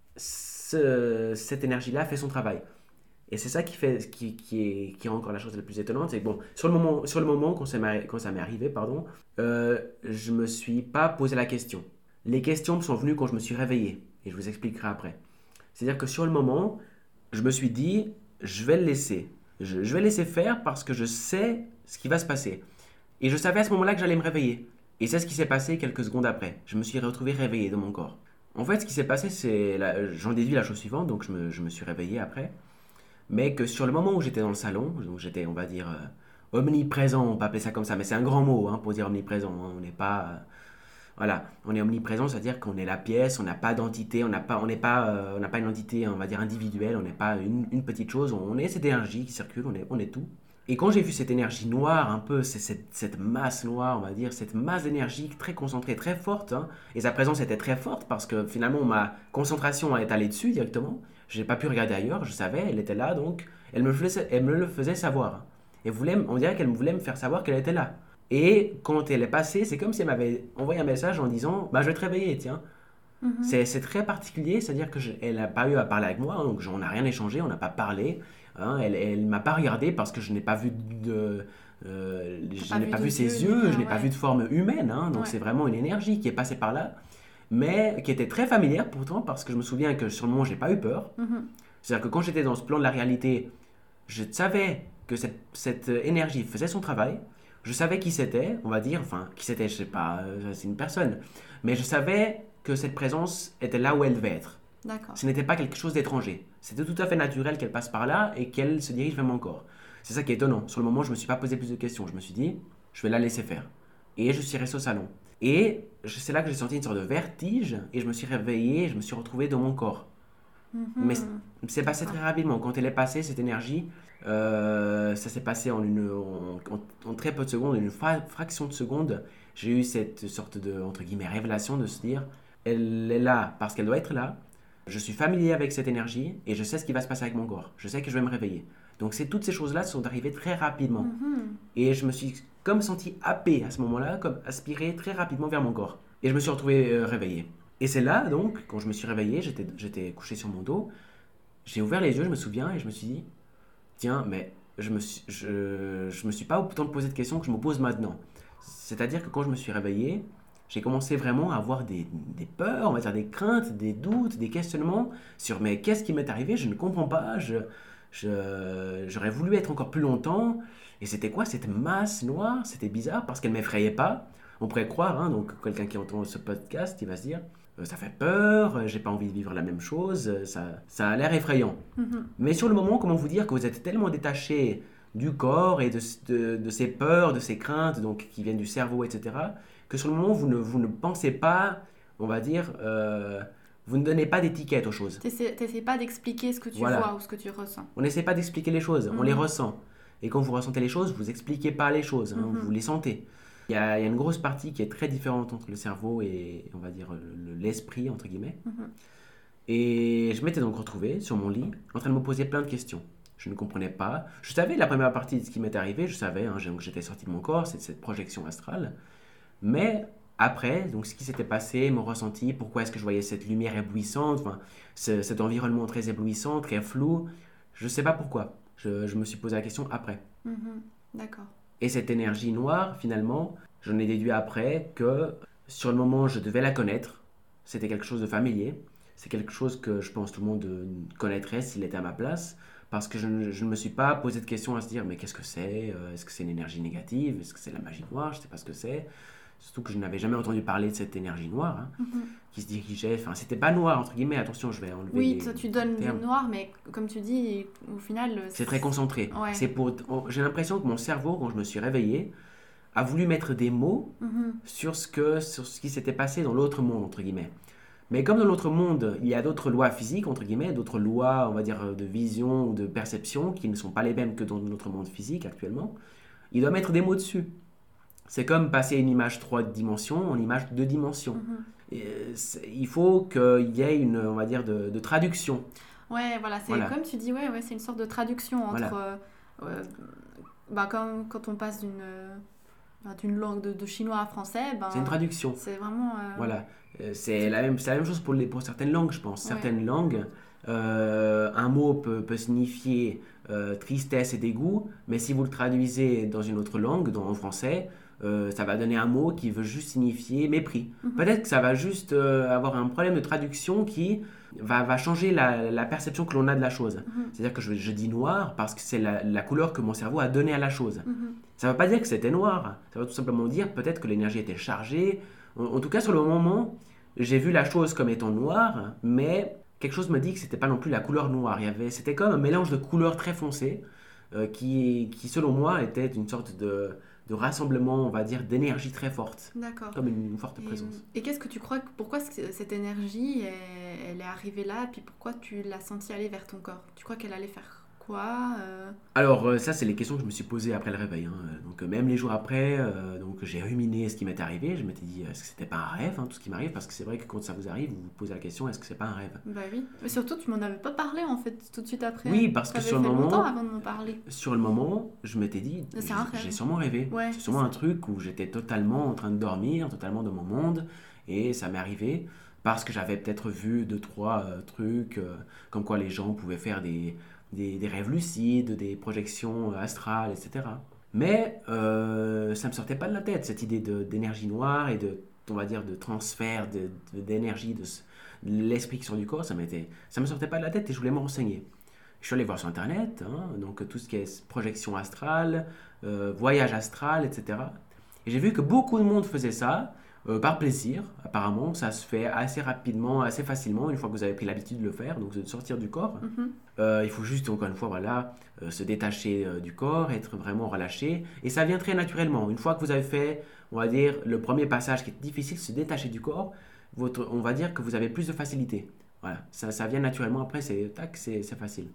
ce- cette énergie-là fait son travail. Et c'est ça qui, fait, qui, qui, est, qui est encore la chose la plus étonnante, c'est que bon, sur le moment, sur le moment quand, ça m'est, quand ça m'est arrivé, pardon, euh, je ne me suis pas posé la question. Les questions sont venues quand je me suis réveillé, et je vous expliquerai après. C'est-à-dire que sur le moment, je me suis dit, je vais le laisser. Je, je vais le laisser faire parce que je sais ce qui va se passer. Et je savais à ce moment-là que j'allais me réveiller. Et c'est ce qui s'est passé quelques secondes après. Je me suis retrouvé réveillé dans mon corps. En fait, ce qui s'est passé, c'est... la- J'en déduis la chose suivante, donc je me, je me suis réveillé après. Mais que sur le moment où j'étais dans le salon, donc j'étais, on va dire, euh, omniprésent, on peut appeler ça comme ça, mais c'est un grand mot hein, pour dire omniprésent. hein. On n'est pas... euh, voilà, on est omniprésent, c'est-à-dire qu'on est la pièce, on n'a pas d'entité, on n'a pas, on n'est pas, euh, on n'a pas une entité, on va dire, individuelle, on n'est pas une, une petite chose, on est cette énergie qui circule, on est, on est tout. Et quand j'ai vu cette énergie noire, un peu, c'est cette, cette masse noire, on va dire, cette masse d'énergie très concentrée, très forte, hein, et sa présence était très forte parce que finalement ma concentration est allée dessus directement, je n'ai pas pu regarder ailleurs, je savais, elle était là, donc elle me, faisait, elle me le faisait savoir. Et voulait, on dirait qu'elle voulait me faire savoir qu'elle était là. Et quand elle est passée, c'est comme si elle m'avait envoyé un message en disant bah, « je vais te réveiller, tiens ». Mhm. C'est, c'est très particulier, c'est-à-dire qu'elle n'a pas eu à parler avec moi, hein, donc on n'a rien échangé, on n'a pas parlé. hein, elle ne m'a pas regardé parce que je n'ai pas vu de... euh, je pas n'ai vu pas de vu ses yeux, yeux, ni je n'ai rien, pas ouais. vu de forme humaine, hein, donc Ouais. c'est vraiment une énergie qui est passée par là, mais qui était très familière pourtant parce que je me souviens que sur le moment, j'ai pas eu peur. Mhm. C'est-à-dire que quand j'étais dans ce plan de la réalité, je savais que cette, cette énergie faisait son travail. Je savais qui c'était, on va dire, enfin, qui c'était, je sais pas, euh, c'est une personne. Mais je savais que cette présence était là où elle devait être. D'accord. Ce n'était pas quelque chose d'étranger. C'était tout à fait naturel qu'elle passe par là et qu'elle se dirige vers mon corps. C'est ça qui est étonnant. Sur le moment, je ne me suis pas posé plus de questions. Je me suis dit, je vais la laisser faire. Et je suis resté au salon. Et je- c'est là que j'ai senti une sorte de vertige et je me suis réveillé et je me suis retrouvé dans mon corps. Mhm. Mais c'est passé très rapidement. Quand elle est passée, cette énergie, euh, ça s'est passé en, une, en, en- en très peu de secondes, une fra- fraction de seconde. J'ai eu cette sorte de, entre guillemets, révélation de se dire, elle est là parce qu'elle doit être là. Je suis familier avec cette énergie et je sais ce qui va se passer avec mon corps. Je sais que je vais me réveiller. Donc c'est, toutes ces choses-là sont arrivées très rapidement. Mm-hmm. Et je me suis comme senti happé à ce moment-là, comme aspiré très rapidement vers mon corps. Et je me suis retrouvé euh, réveillé. Et c'est là, donc, quand je me suis réveillé, j'étais, j'étais couché sur mon dos, j'ai ouvert les yeux, je me souviens, et je me suis dit, tiens, mais je me suis, je, je me suis pas autant posé de questions que je me pose maintenant. C'est-à-dire que quand je me suis réveillé, j'ai commencé vraiment à avoir des, des peurs, on va dire des craintes, des doutes, des questionnements sur mais qu'est-ce qui m'est arrivé, je ne comprends pas, je, je, j'aurais voulu être encore plus longtemps. Et c'était quoi cette masse noire? C'était bizarre parce qu'elle ne m'effrayait pas. On pourrait croire, hein, donc quelqu'un qui entend ce podcast, il va se dire euh, ça fait peur, euh, j'ai pas envie de vivre la même chose, euh, ça, ça a l'air effrayant. Mm-hmm. Mais sur le moment, comment vous dire que vous êtes tellement détaché du corps et de, de, de ces peurs, de ces craintes donc, qui viennent du cerveau, et cetera, que sur le moment, vous ne, vous ne pensez pas, on va dire, euh, vous ne donnez pas d'étiquette aux choses. Tu n'essaies pas d'expliquer ce que tu voilà. vois ou ce que tu ressens. On n'essaie pas d'expliquer les choses, mm-hmm. on les ressent. Et quand vous ressentez les choses, vous n'expliquez pas les choses, hein, mm-hmm. vous les sentez. Il y, a, il y a une grosse partie qui est très différente entre le cerveau et, on va dire, le, l'esprit, entre guillemets. Mm-hmm. Et je m'étais donc retrouvé sur mon lit, en train de me poser plein de questions. Je ne comprenais pas. Je savais la première partie de ce qui m'est arrivé, je savais, hein, donc j'étais sorti de mon corps, c'est cette projection astrale. Mais après, donc ce qui s'était passé, mon ressenti, pourquoi est-ce que je voyais cette lumière éblouissante, enfin, ce, cet environnement très éblouissant, très flou, je ne sais pas pourquoi. Je, je me suis posé la question après. Mmh, d'accord. Et cette énergie noire, finalement, j'en ai déduit après que sur le moment, je devais la connaître. C'était quelque chose de familier. C'est quelque chose que je pense tout le monde connaîtrait s'il était à ma place. Parce que je ne, je ne me suis pas posé de questions à se dire mais qu'est-ce que c'est? Est-ce que c'est une énergie négative? Est-ce que c'est la magie noire? Je ne sais pas ce que c'est. Surtout que je n'avais jamais entendu parler de cette énergie noire hein, mm-hmm. qui se dirigeait. Enfin, c'était pas noir, entre guillemets. Attention, je vais enlever. Oui, les, toi, tu donnes du noir, mais comme tu dis, au final. C'est, c'est très concentré. Ouais. C'est pour, j'ai l'impression que mon cerveau, quand je me suis réveillé, a voulu mettre des mots mm-hmm. sur, ce que, sur ce qui s'était passé dans l'autre monde, entre guillemets. Mais comme dans l'autre monde, il y a d'autres lois physiques, entre guillemets, d'autres lois, on va dire, de vision ou de perception qui ne sont pas les mêmes que dans notre monde physique actuellement, il doit mettre des mots dessus. C'est comme passer une image trois dimensions en image deux dimensions. Mm-hmm. Et il faut qu'il y ait une, on va dire, de, de traduction. Ouais, voilà, c'est voilà. Comme tu dis, ouais, ouais, c'est une sorte de traduction entre, voilà. euh, euh, bah, comme quand on passe d'une, euh, d'une langue de, de chinois à français, ben, c'est une traduction. C'est vraiment. Euh... Voilà, c'est la même, c'est la même chose pour les, pour certaines langues, je pense. Certaines ouais. langues, euh, un mot peut, peut signifier euh, tristesse et dégoût, mais si vous le traduisez dans une autre langue, dans, en français. Euh, ça va donner un mot qui veut juste signifier mépris. Mm-hmm. Peut-être que ça va juste euh, avoir un problème de traduction qui va, va changer la, la perception que l'on a de la chose. Mm-hmm. C'est-à-dire que je, je dis noir parce que c'est la, la couleur que mon cerveau a donnée à la chose. Mm-hmm. Ça ne veut pas dire que c'était noir. Ça veut tout simplement dire peut-être que l'énergie était chargée. En, en tout cas, sur le moment, j'ai vu la chose comme étant noire, mais quelque chose me dit que ce n'était pas non plus la couleur noire. Il y avait, c'était comme un mélange de couleurs très foncées euh, qui, qui, selon moi, était une sorte de... de rassemblement, on va dire, d'énergie très forte. D'accord. Comme une, une forte présence. Et, et qu'est-ce que tu crois, pourquoi cette énergie, elle, elle est arrivée là, et puis pourquoi tu l'as sentie aller vers ton corps? Tu crois qu'elle allait faire quoi euh... Alors, ça, c'est les questions que je me suis posées après le réveil. Hein. Donc, même les jours après, euh, donc, j'ai ruminé ce qui m'était arrivé. Je m'étais dit, est-ce que c'était pas un rêve, hein, tout ce qui m'arrive? Parce que c'est vrai que quand ça vous arrive, vous vous posez la question, est-ce que c'est pas un rêve? Bah oui. Mais surtout, tu m'en avais pas parlé, en fait, tout de suite après. Oui, parce que sur le moment... longtemps avant de m'en parler. Sur le moment, je m'étais dit, c'est un rêve. J'ai sûrement rêvé. Ouais, c'est sûrement c'est un truc où j'étais totalement en train de dormir, totalement dans mon monde. Et ça m'est arrivé parce que j'avais peut-être vu deux, trois euh, trucs, euh, comme quoi les gens pouvaient faire des... Des, des rêves lucides, des projections astrales, et cetera. Mais euh, ça ne me sortait pas de la tête, cette idée de, d'énergie noire et de, on va dire, de transfert de, de, d'énergie de, de l'esprit qui sort du corps, ça ne me sortait pas de la tête et je voulais me renseigner. Je suis allé voir sur Internet, hein, donc tout ce qui est projection astrale, euh, voyage astral, et cetera. Et j'ai vu que beaucoup de monde faisait ça, Euh, par plaisir, apparemment, ça se fait assez rapidement, assez facilement, une fois que vous avez pris l'habitude de le faire, donc de sortir du corps. Mm-hmm. Euh, il faut juste, encore une fois, voilà, euh, se détacher euh, du corps, être vraiment relâché, et ça vient très naturellement. Une fois que vous avez fait, on va dire, le premier passage qui est difficile, se détacher du corps, votre, on va dire que vous avez plus de facilité. Voilà, ça, ça vient naturellement, après, c'est, tac, c'est, c'est facile.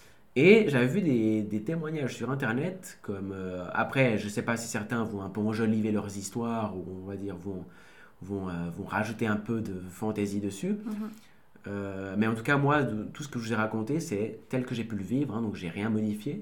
Et j'avais vu des, des témoignages sur Internet, comme, euh, après, je ne sais pas si certains vont un peu enjoliver leurs histoires, ou on va dire, vont... Vont, euh, vont rajouter un peu de fantaisie dessus. Mm-hmm. Euh, mais en tout cas, moi, de, tout ce que je vous ai raconté, c'est tel que j'ai pu le vivre, hein, donc j'ai rien modifié.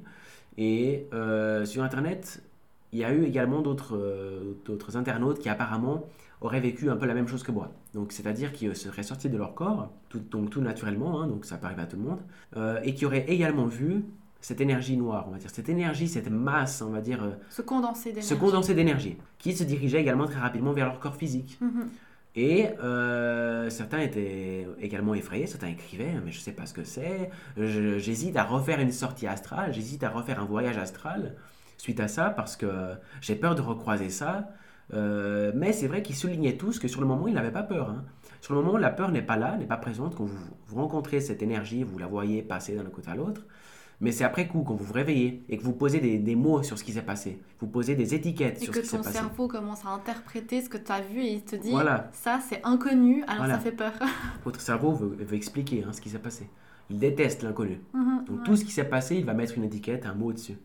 Et euh, sur Internet, il y a eu également d'autres euh, d'autres internautes qui apparemment auraient vécu un peu la même chose que moi. Donc, c'est-à-dire qui euh, seraient sortis de leur corps, tout, donc tout naturellement, hein, donc ça peut arriver à tout le monde, euh, et qui auraient également vu cette énergie noire, on va dire, cette énergie, cette masse, on va dire, euh, Se condenser d'énergie. se condenser d'énergie, qui se dirigeait également très rapidement vers leur corps physique. Mhm. Et euh, certains étaient également effrayés, certains écrivaient, mais je ne sais pas ce que c'est, Je- j'hésite à refaire une sortie astrale, j'hésite à refaire un voyage astral suite à ça, parce que j'ai peur de recroiser ça. Euh, mais c'est vrai qu'ils soulignaient tous que sur le moment, ils n'avaient pas peur. Hein. Sur le moment, la peur n'est pas là, n'est pas présente. Quand vous, vous rencontrez cette énergie, vous la voyez passer d'un côté à l'autre. Mais c'est après coup, quand vous vous réveillez et que vous posez des, des mots sur ce qui s'est passé, vous posez des étiquettes Et sur que ce qui s'est ton passé. cerveau commence à interpréter ce que tu as vu et il te dit Voilà. ça c'est inconnu, alors Voilà. ça fait peur. Votre cerveau veut, veut expliquer hein, ce qui s'est passé. Il déteste l'inconnu. Mhm, Donc ouais. tout ce qui s'est passé, il va mettre une étiquette, un mot dessus.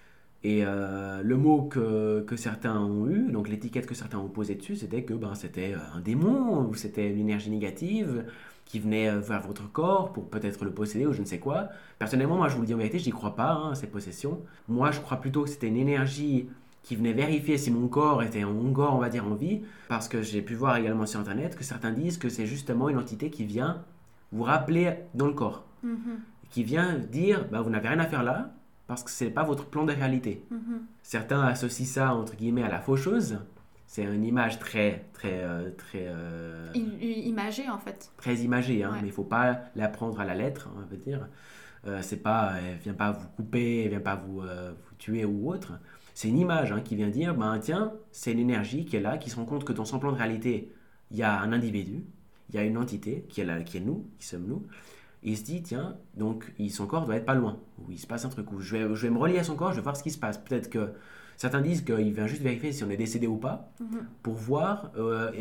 Et euh, le mot que, que certains ont eu, donc l'étiquette que certains ont posée dessus, c'était que ben, c'était un démon, ou c'était une énergie négative qui venait euh, vers votre corps pour peut-être le posséder ou je ne sais quoi. Personnellement, moi je vous le dis en vérité, je n'y crois pas hein, à ces possessions. Moi je crois plutôt que c'était une énergie qui venait vérifier si mon corps était en corps, on va dire, en vie, parce que j'ai pu voir également sur internet que certains disent que c'est justement une entité qui vient vous rappeler dans le corps, Mhm, qui vient dire ben, vous n'avez rien à faire là, parce que ce n'est pas votre plan de réalité. mhm. Certains associent ça, entre guillemets, à la faucheuse. C'est une image très, très, euh, très, euh, I- i- Imagé en fait. très imagée, hein, Ouais. mais il ne faut pas la prendre à la lettre, on va dire. Euh, c'est pas, elle vient pas vous couper, elle vient pas vous, euh, vous tuer ou autre. C'est une image hein, qui vient dire, ben tiens, c'est une énergie qui est là, qui se rend compte que dans son plan de réalité, il y a un individu, il y a une entité qui est là, qui est nous, qui sommes nous. Et il se dit, tiens, donc il- son corps doit être pas loin, ou il se passe un truc, ou je vais, je vais me relier à son corps, je vais voir ce qui se passe. Peut-être que certains disent qu'il vient juste vérifier si on est décédé ou pas, Mhm. pour voir, euh,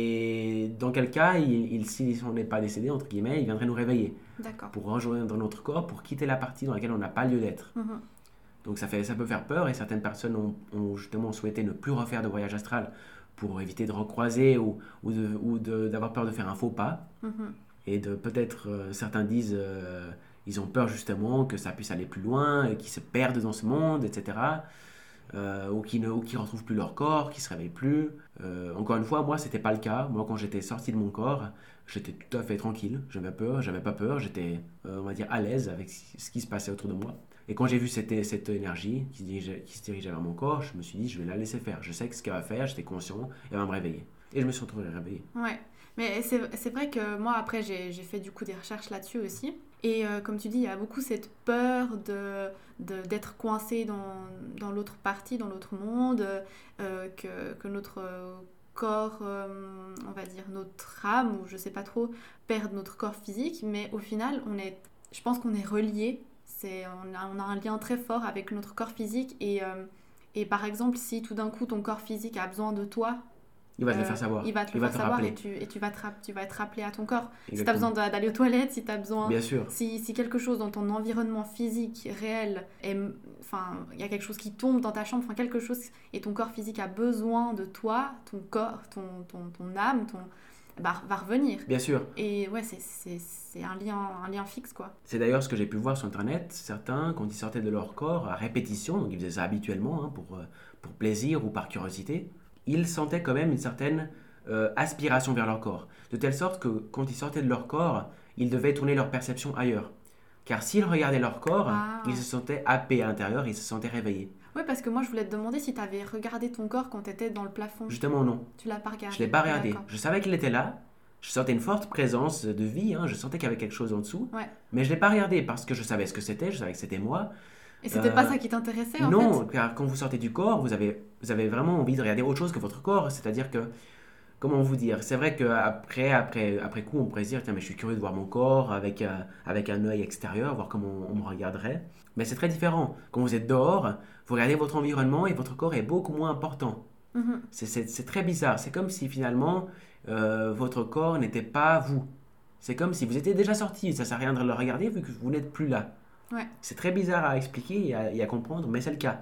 et dans quel cas, il, il- si on n'est pas décédé, entre guillemets, il viendrait nous réveiller, D'accord. pour rejoindre notre corps, pour quitter la partie dans laquelle on n'a pas lieu d'être. Mhm. Donc ça, fait, ça peut faire peur, et certaines personnes ont, ont justement souhaité ne plus refaire de voyage astral pour éviter de recroiser ou, ou, de, ou de- d'avoir peur de faire un faux pas. Mhm. Et de peut-être, euh, certains disent, euh, ils ont peur justement que ça puisse aller plus loin, et qu'ils se perdent dans ce monde, et cetera. Euh, ou qu'ils ne ou qu'ils retrouvent plus leur corps, qu'ils se réveillent plus. Euh, encore une fois, moi, c'était pas le cas. Moi, quand j'étais sorti de mon corps, j'étais tout à fait tranquille. J'avais peur, j'avais pas peur, j'étais, euh, on va dire, à l'aise avec ce qui se passait autour de moi. Et quand j'ai vu cette, cette énergie qui se, dirigeait, qui se dirigeait vers mon corps, je me suis dit, je vais la laisser faire. Je sais que ce qu'elle va faire, j'étais conscient, elle va me réveiller. Et je me suis retrouvé réveillé. Ouais, mais c'est c'est vrai que moi après j'ai j'ai fait du coup des recherches là-dessus aussi. Et euh, comme tu dis, il y a beaucoup cette peur de de- d'être coincé dans, dans l'autre partie, dans l'autre monde, euh, que, que notre euh, corps, euh, on va dire notre âme, ou je sais pas trop, perde notre corps physique. Mais au final, on est, je pense qu'on est reliés. C'est, on a, on a un lien très fort avec notre corps physique. Et, euh, et par exemple, si tout d'un coup ton corps physique a besoin de toi, Il va te le euh, faire savoir. il va te le va faire te savoir rappeler. et, tu, et tu, vas te, rap- tu vas être rappelé à ton corps. Si tu as Exactement. besoin d'a- d'aller aux toilettes, si tu as besoin... Bien sûr. Si, si quelque chose dans ton environnement physique réel, est, enfin, il y a quelque chose qui tombe dans ta chambre, enfin quelque chose, et ton corps physique a besoin de toi, ton corps, ton, ton, ton âme, ton, bah, va revenir. Bien sûr. Et ouais, c'est, c'est, c'est un, lien, un lien fixe, quoi. C'est d'ailleurs ce que j'ai pu voir sur Internet. Certains, quand ils sortaient de leur corps à répétition, donc ils faisaient ça habituellement hein, pour, euh, pour plaisir ou par curiosité, ils sentaient quand même une certaine euh, aspiration vers leur corps. De telle sorte que quand ils sortaient de leur corps, ils devaient tourner leur perception ailleurs. Car s'ils regardaient leur corps, Ah. ils se sentaient happés à l'intérieur, ils se sentaient réveillés. Ouais, parce que moi, je voulais te demander si tu avais regardé ton corps quand tu étais dans le plafond. Justement, non. Tu l'as pas regardé. Je ne l'ai pas regardé. D'accord. Je savais qu'il était là. Je sentais une forte présence de vie. hein, Je sentais qu'il y avait quelque chose en dessous. Ouais. Mais je ne l'ai pas regardé parce que je savais ce que c'était. Je savais que c'était moi. Et c'était Euh, pas ça qui t'intéressait, en Non, fait. car quand vous sortez du corps, vous avez, vous avez vraiment envie de regarder autre chose que votre corps. C'est-à-dire que, comment vous dire, c'est vrai qu'après après, après coup, on pourrait se dire, tiens, mais je suis curieux de voir mon corps avec, euh, avec un œil extérieur, voir comment on, on me regarderait. Mais c'est très différent. Quand vous êtes dehors, vous regardez votre environnement et votre corps est beaucoup moins important. Mhm. C'est- C'est c'est très bizarre. C'est comme si finalement, euh, votre corps n'était pas vous. C'est comme si vous étiez déjà sorti. Ça ne sert à rien de le regarder vu que vous n'êtes plus là. Ouais. C'est très bizarre à expliquer et à, et à comprendre, mais c'est le cas.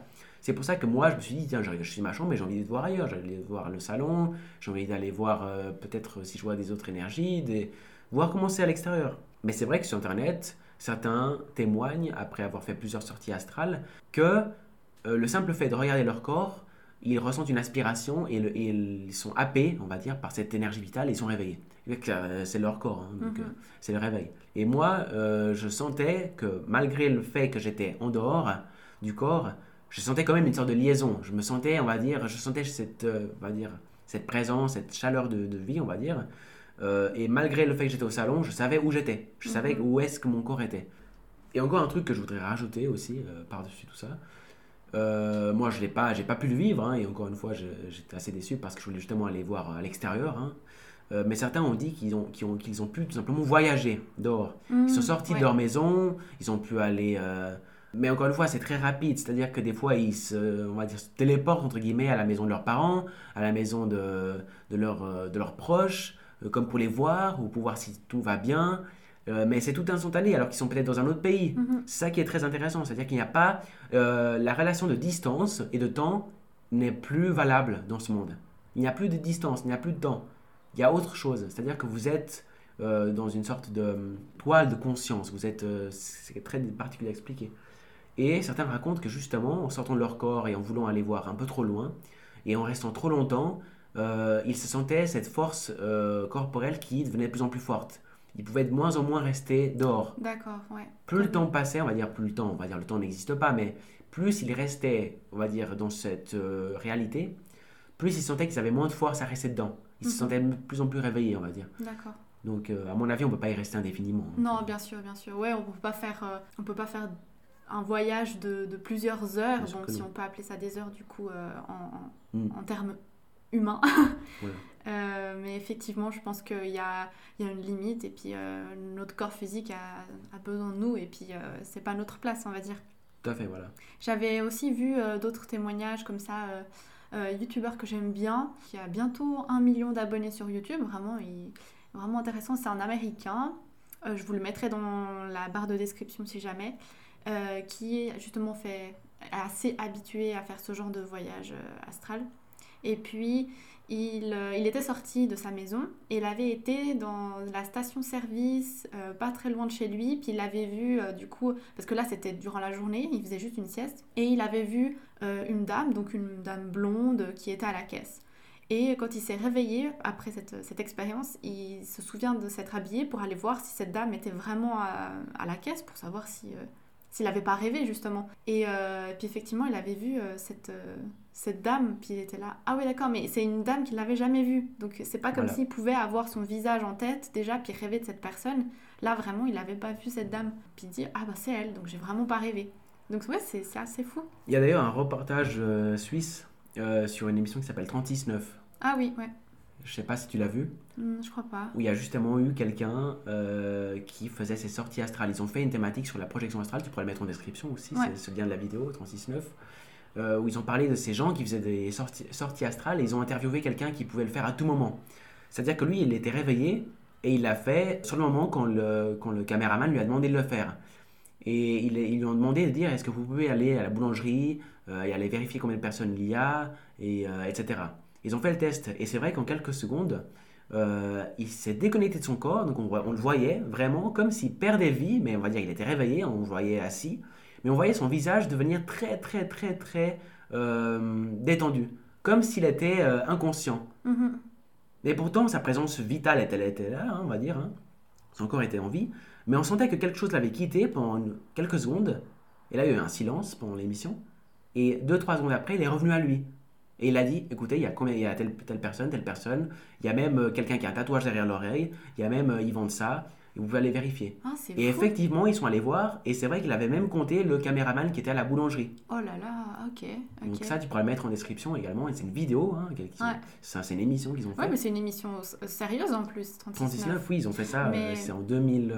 C'est pour ça que moi, je me suis dit, tiens, je je suis dans ma chambre, mais j'ai envie de voir ailleurs. J'ai envie de voir le salon, j'ai envie d'aller voir euh, peut-être si je vois des autres énergies, des... voir comment c'est à l'extérieur. Mais c'est vrai que sur Internet, certains témoignent, après avoir fait plusieurs sorties astrales, que euh, le simple fait de regarder leur corps, ils ressentent une aspiration et, le- et ils sont happés, on va dire, par cette énergie vitale et ils sont réveillés. Et que, euh, C'est leur corps, hein, donc Mhm. euh, c'est le réveil. Et moi, euh, je sentais que malgré le fait que j'étais en dehors du corps, je sentais quand même une sorte de liaison. Je me sentais, on va dire, je sentais cette, euh, on va dire, cette présence, cette chaleur de, de vie, on va dire. Euh, et malgré le fait que j'étais au salon, je savais où j'étais. Je savais Mhm. où est-ce que mon corps était. Et encore un truc que je voudrais rajouter aussi, euh, par-dessus tout ça. Euh, moi, je n'ai pas, j'ai pas pu le vivre, hein, et encore une fois, je- j'étais assez déçu parce que je voulais justement aller voir à l'extérieur, hein. Euh, mais certains ont dit qu'ils ont, qu'ils ont, qu'ils ont pu tout simplement voyager dehors. Ils sont Mhm. sortis de Ouais. leur maison, ils ont pu aller. euh, Mais encore une fois, c'est très rapide, c'est-à-dire que des fois, ils se, on va dire, se téléportent entre guillemets à la maison de leurs parents, à la maison de, de, leurs, euh, de leurs proches, euh, comme pour les voir ou pour voir si tout va bien. Euh, mais c'est tout instantané alors qu'ils sont peut-être dans un autre pays. Mhm. C'est ça qui est très intéressant, c'est-à-dire qu'il n'y a pas euh, la relation de distance et de temps n'est plus valable dans ce monde. Il n'y a plus de distance, il n'y a plus de temps. Il y a autre chose, c'est-à-dire que vous êtes euh, dans une sorte de euh, toile de conscience. Vous êtes, euh, c'est très particulier à expliquer. Et certains racontent que justement, en sortant de leur corps et en voulant aller voir un peu trop loin, et en restant trop longtemps, euh, ils se sentaient cette force euh, corporelle qui devenait de plus en plus forte. Ils pouvaient de moins en moins rester dehors. D'accord, ouais. Plus le Comme- temps passait, on va dire plus le temps, on va dire le temps n'existe pas, mais plus ils restaient, on va dire, dans cette euh, réalité, plus ils sentaient qu'ils avaient moins de force à rester dedans. Ils se Mhm. sentaient de plus en plus réveillés, on va dire. D'accord. Donc, euh, à mon avis, on ne peut pas y rester indéfiniment, hein. Non, bien sûr, bien sûr. Ouais, on peut pas faire, euh, on peut pas faire un voyage de, de plusieurs heures, Bien sûr bon, que si non. on peut appeler ça des heures du coup euh, en, Mm. en- en termes humains. Voilà. Euh, mais effectivement, je pense qu'il y a, il y a une limite et puis euh, notre corps physique a, a besoin de nous et puis euh, c'est pas notre place, on va dire. Tout à fait, voilà. J'avais aussi vu euh, d'autres témoignages comme ça, euh, euh, youtubeur que j'aime bien, qui a bientôt un million d'abonnés sur YouTube, vraiment, il, vraiment intéressant, c'est un américain. Euh, je vous le mettrai dans la barre de description si jamais, euh, qui est justement fait assez habitué à faire ce genre de voyage euh, astral. Et puis, il, euh, il était sorti de sa maison et il avait été dans la station-service, euh, pas très loin de chez lui. Puis il avait vu, euh, du coup, parce que là c'était durant la journée, il faisait juste une sieste. Et il avait vu euh, une dame, donc une dame blonde qui était à la caisse. Et quand il s'est réveillé après cette, cette expérience, il se souvient de s'être habillé pour aller voir si cette dame était vraiment à, à la caisse, pour savoir si, euh, s'il n'avait pas rêvé justement. Et, euh, et puis effectivement, il avait vu euh, cette, euh, cette dame, puis il était là, ah oui d'accord, mais c'est une dame qu'il n'avait jamais vue. Donc c'est pas comme Voilà. s'il pouvait avoir son visage en tête déjà, puis rêver de cette personne. Là vraiment, il n'avait pas vu cette dame. Puis il dit, ah bah c'est elle, donc j'ai vraiment pas rêvé. Donc ouais, c'est, c'est assez fou. Il y a d'ailleurs un reportage euh, suisse euh, sur une émission qui s'appelle trente-six neuf. Ah oui, ouais. Je ne sais pas si tu l'as vu, Hmm, je crois pas. où il y a justement eu quelqu'un euh, qui faisait ses sorties astrales. Ils ont fait une thématique sur la projection astrale, tu pourrais le mettre en description aussi, Ouais. c'est ce lien de la vidéo, trente-six neuf, euh, où ils ont parlé de ces gens qui faisaient des sorties, sorties astrales et ils ont interviewé quelqu'un qui pouvait le faire à tout moment. C'est-à-dire que lui, il était réveillé et il l'a fait sur le moment quand le, quand le caméraman lui a demandé de le faire. Et il- ils lui ont demandé de dire est-ce que vous pouvez aller à la boulangerie euh, et aller vérifier combien de personnes il y a, et, euh, et cetera. Ils ont fait le test et c'est vrai qu'en quelques secondes, euh, il s'est déconnecté de son corps, donc on, voit- on le voyait vraiment comme s'il perdait vie, mais on va dire qu'il était réveillé, on le voyait assis, mais on voyait son visage devenir très très très très euh, détendu, comme s'il était euh, inconscient. Mhm. Mais pourtant, sa présence vitale était, elle était là, hein, on va dire, hein. Son corps était en vie, mais on sentait que quelque chose l'avait quitté pendant une- quelques secondes, et là il y a eu un silence pendant l'émission, et deux, trois secondes après, il est revenu à lui. Et il a dit, écoutez, il y a, combien, il y a telle, telle personne, telle personne, il y a même euh, quelqu'un qui a un tatouage derrière l'oreille, il y a même, euh, ils vendent ça, et vous pouvez aller vérifier. Ah, c'est Et fou. effectivement, ils sont allés voir, et c'est vrai qu'il avait même compté le caméraman qui était à la boulangerie. Oh là là, ok, ok. Donc ça, tu pourras le mettre en description également, et c'est une vidéo, hein, qu'ils ont- Ouais. c'est c'est une émission qu'ils ont fait. Ouais, mais c'est une émission s- sérieuse en plus, trente-six neuf. trente-six neuf, oui, ils ont fait ça, Mais- euh, c'est en deux mille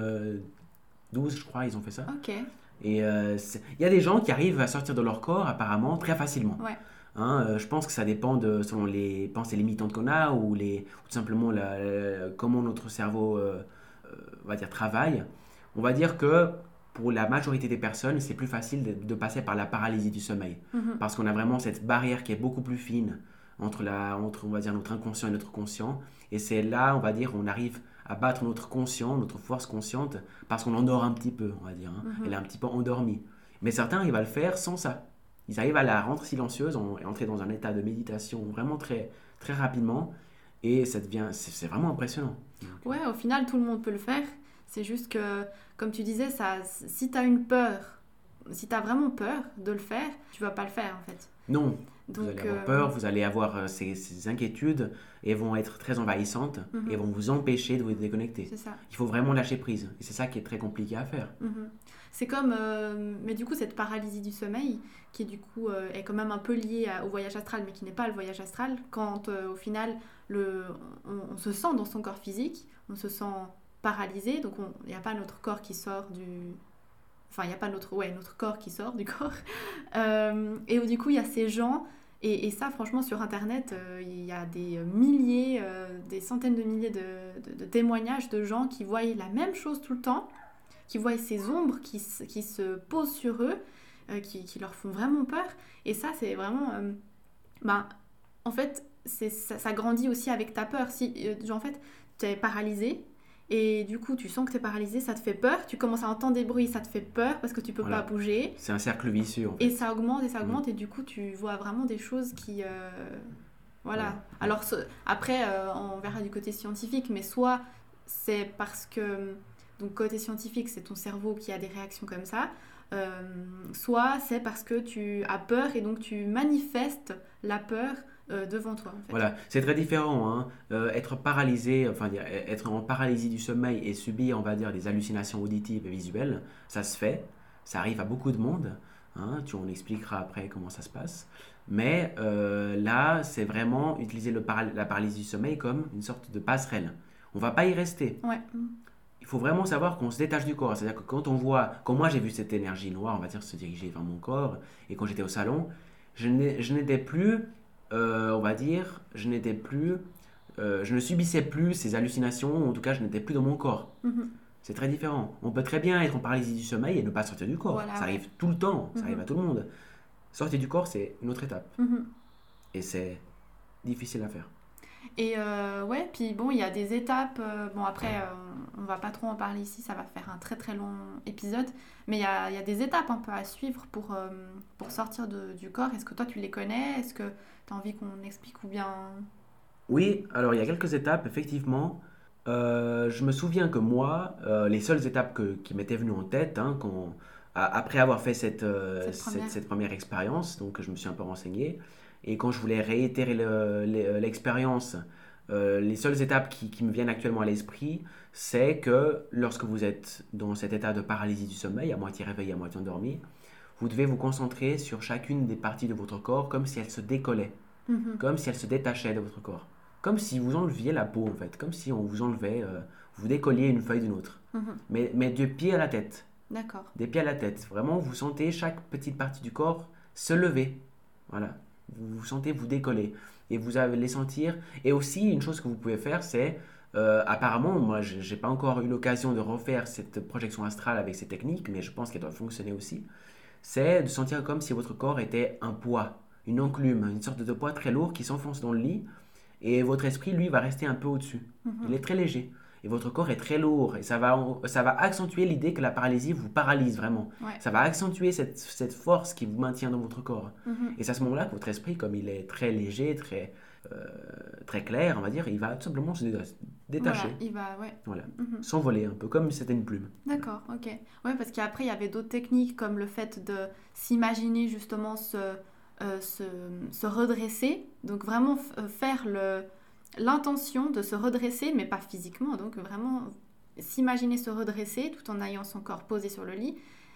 douze, je crois, ils ont fait ça. Ok, Et euh, c'est- il y a des gens qui arrivent à sortir de leur corps apparemment très facilement. ouais. Hein, euh, je pense que ça dépend de, selon les pensées limitantes qu'on a ou, les, ou tout simplement la- la- comment notre cerveau euh, euh, on va dire, travaille. On va dire que pour la majorité des personnes, c'est plus facile de, de passer par la paralysie du sommeil. Mm-hmm. Parce qu'on a vraiment cette barrière qui est beaucoup plus fine entre, la, entre on va dire, notre inconscient et notre conscient. Et c'est là, on va dire, on arrive à battre notre conscient, notre force consciente, parce qu'on endort un petit peu, on va dire. Hein. Mm-hmm. Elle est un petit peu endormie. Mais certains arrivent à le faire sans ça. Ils arrivent à la rendre silencieuse et entrer dans un état de méditation vraiment très, très rapidement. Et ça devient, c'est, c'est vraiment impressionnant. Ouais, au final, tout le monde peut le faire. C'est juste que, comme tu disais, ça, si tu as une peur, si tu as vraiment peur de le faire, tu vas pas le faire en fait. Non. Donc, vous allez avoir peur, euh... vous allez avoir euh, ces, ces inquiétudes et elles vont être très envahissantes mm-hmm. et vont vous empêcher de vous déconnecter. C'est ça. Il faut vraiment lâcher prise. Et c'est ça qui est très compliqué à faire. Mm-hmm. C'est comme, euh, mais du coup, cette paralysie du sommeil, qui est du coup euh, est quand même un peu liée à, au voyage astral, mais qui n'est pas le voyage astral, quand euh, au final, le, on, on se sent dans son corps physique, on se sent paralysé, donc il n'y a pas notre corps qui sort du... Enfin, il n'y a pas notre, ouais, notre corps qui sort du corps. Euh, et du coup, il y a ces gens, et, et ça, franchement, sur Internet, euh, il y a des milliers, euh, des centaines de milliers de, de, de témoignages de gens qui voient la même chose tout le temps, qui voient ces ombres qui, qui se posent sur eux, euh, qui, qui leur font vraiment peur. Et ça, c'est vraiment... Euh, ben, en fait, c'est, ça, ça grandit aussi avec ta peur. Si, euh, en fait, tu es paralysé, et du coup, tu sens que tu es paralysé, ça te fait peur. Tu commences à entendre des bruits, ça te fait peur parce que tu peux voilà. pas bouger. C'est un cercle vicieux, en fait. Et ça augmente, et ça augmente, mmh. et du coup, tu vois vraiment des choses qui... Euh, voilà. Ouais. Alors, ce, après, euh, on verra du côté scientifique, mais soit c'est parce que... Donc, côté scientifique, c'est ton cerveau qui a des réactions comme ça. Euh, soit c'est parce que tu as peur et donc tu manifestes la peur euh, devant toi. En fait. Voilà, c'est très différent. Hein. Euh, être paralysé, enfin dire, être en paralysie du sommeil et subir, on va dire, des hallucinations auditives et visuelles, ça se fait. Ça arrive à beaucoup de monde. Hein. Tu en expliqueras après comment ça se passe. Mais euh, là, c'est vraiment utiliser le para- la paralysie du sommeil comme une sorte de passerelle. On ne va pas y rester. Ouais. Il faut vraiment savoir qu'on se détache du corps. C'est-à-dire que quand on voit, quand moi j'ai vu cette énergie noire, on va dire, se diriger vers mon corps, et quand j'étais au salon, je, n'ai, je n'étais plus, euh, on va dire, je n'étais plus, euh, je ne subissais plus ces hallucinations, ou en tout cas, je n'étais plus dans mon corps. Mm-hmm. C'est très différent. On peut très bien être en paralysie du sommeil et ne pas sortir du corps. Voilà, ça ouais. arrive tout le temps, ça mm-hmm. arrive à tout le monde. Sortir du corps, c'est une autre étape. Mm-hmm. Et c'est difficile à faire. Et euh, ouais, puis bon, il y a des étapes. Euh, bon, après, euh, on va pas trop en parler ici, ça va faire un très très long épisode. Mais il y a, y a des étapes un peu à suivre pour, euh, pour sortir de, du corps. Est-ce que toi, tu les connais ? Est-ce que tu as envie qu'on explique ou bien... Oui, alors il y a quelques étapes, effectivement. Euh, je me souviens que moi, euh, les seules étapes que, qui m'étaient venues en tête, hein, quand, à, après avoir fait cette, euh, cette, première. Cette, cette première expérience, donc je me suis un peu renseigné, et quand je voulais réitérer le, l'expérience, euh, les seules étapes qui, qui me viennent actuellement à l'esprit, c'est que lorsque vous êtes dans cet état de paralysie du sommeil, à moitié réveillé, à moitié endormi, vous devez vous concentrer sur chacune des parties de votre corps comme si elle se décollait, mm-hmm. comme si elle se détachait de votre corps. Comme si vous enleviez la peau, en fait. Comme si on vous enlevait, euh, vous décolliez une feuille d'une autre. Mm-hmm. Mais, mais du pied à la tête. D'accord. Des pieds à la tête. Vraiment, vous sentez chaque petite partie du corps se lever. Voilà. Vous vous sentez vous décoller. Et vous allez les sentir. Et aussi, une chose que vous pouvez faire, c'est... Euh, apparemment, moi, je n'ai pas encore eu l'occasion de refaire cette projection astrale avec ces techniques, mais je pense qu'elle doit fonctionner aussi. C'est de sentir comme si votre corps était un poids, une enclume, une sorte de poids très lourd qui s'enfonce dans le lit. Et votre esprit, lui, va rester un peu au-dessus. Mm-hmm. Il est très léger. Et votre corps est très lourd. Et ça va, ça va accentuer l'idée que la paralysie vous paralyse vraiment. Ouais. Ça va accentuer cette, cette force qui vous maintient dans votre corps. Mm-hmm. Et c'est à ce moment-là que votre esprit, comme il est très léger, très, euh, très clair, on va dire, il va tout simplement se détacher. Voilà, il va, ouais. Voilà. Mm-hmm. S'envoler un peu, comme si c'était une plume. D'accord, ok. Ouais, parce qu'après, il y avait d'autres techniques, comme le fait de s'imaginer justement ce... Euh, se, se redresser, donc vraiment f- faire le, l'intention de se redresser, mais pas physiquement, donc vraiment s'imaginer se redresser tout en ayant son corps posé sur le lit,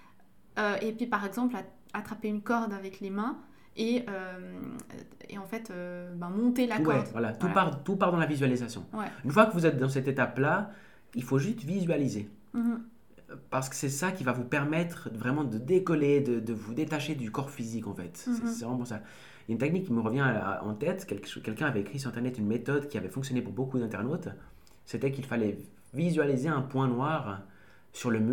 euh, et puis par exemple attraper une corde avec les mains et, euh, et en fait euh, ben, monter la ouais, corde. Voilà. Tout, voilà. Part, tout part dans la visualisation. Ouais. Une fois que vous êtes dans cette étape-là, il faut juste visualiser. Mm-hmm. Parce que c'est ça qui va vous permettre vraiment de décoller, de, de vous détacher du corps physique en fait. Mm-hmm. C'est, c'est vraiment ça. Il y a une technique qui me revient à, en tête. Quelqu'un avait écrit sur internet une méthode qui avait fonctionné pour beaucoup d'internautes. C'était qu'il fallait visualiser un point noir sur le mur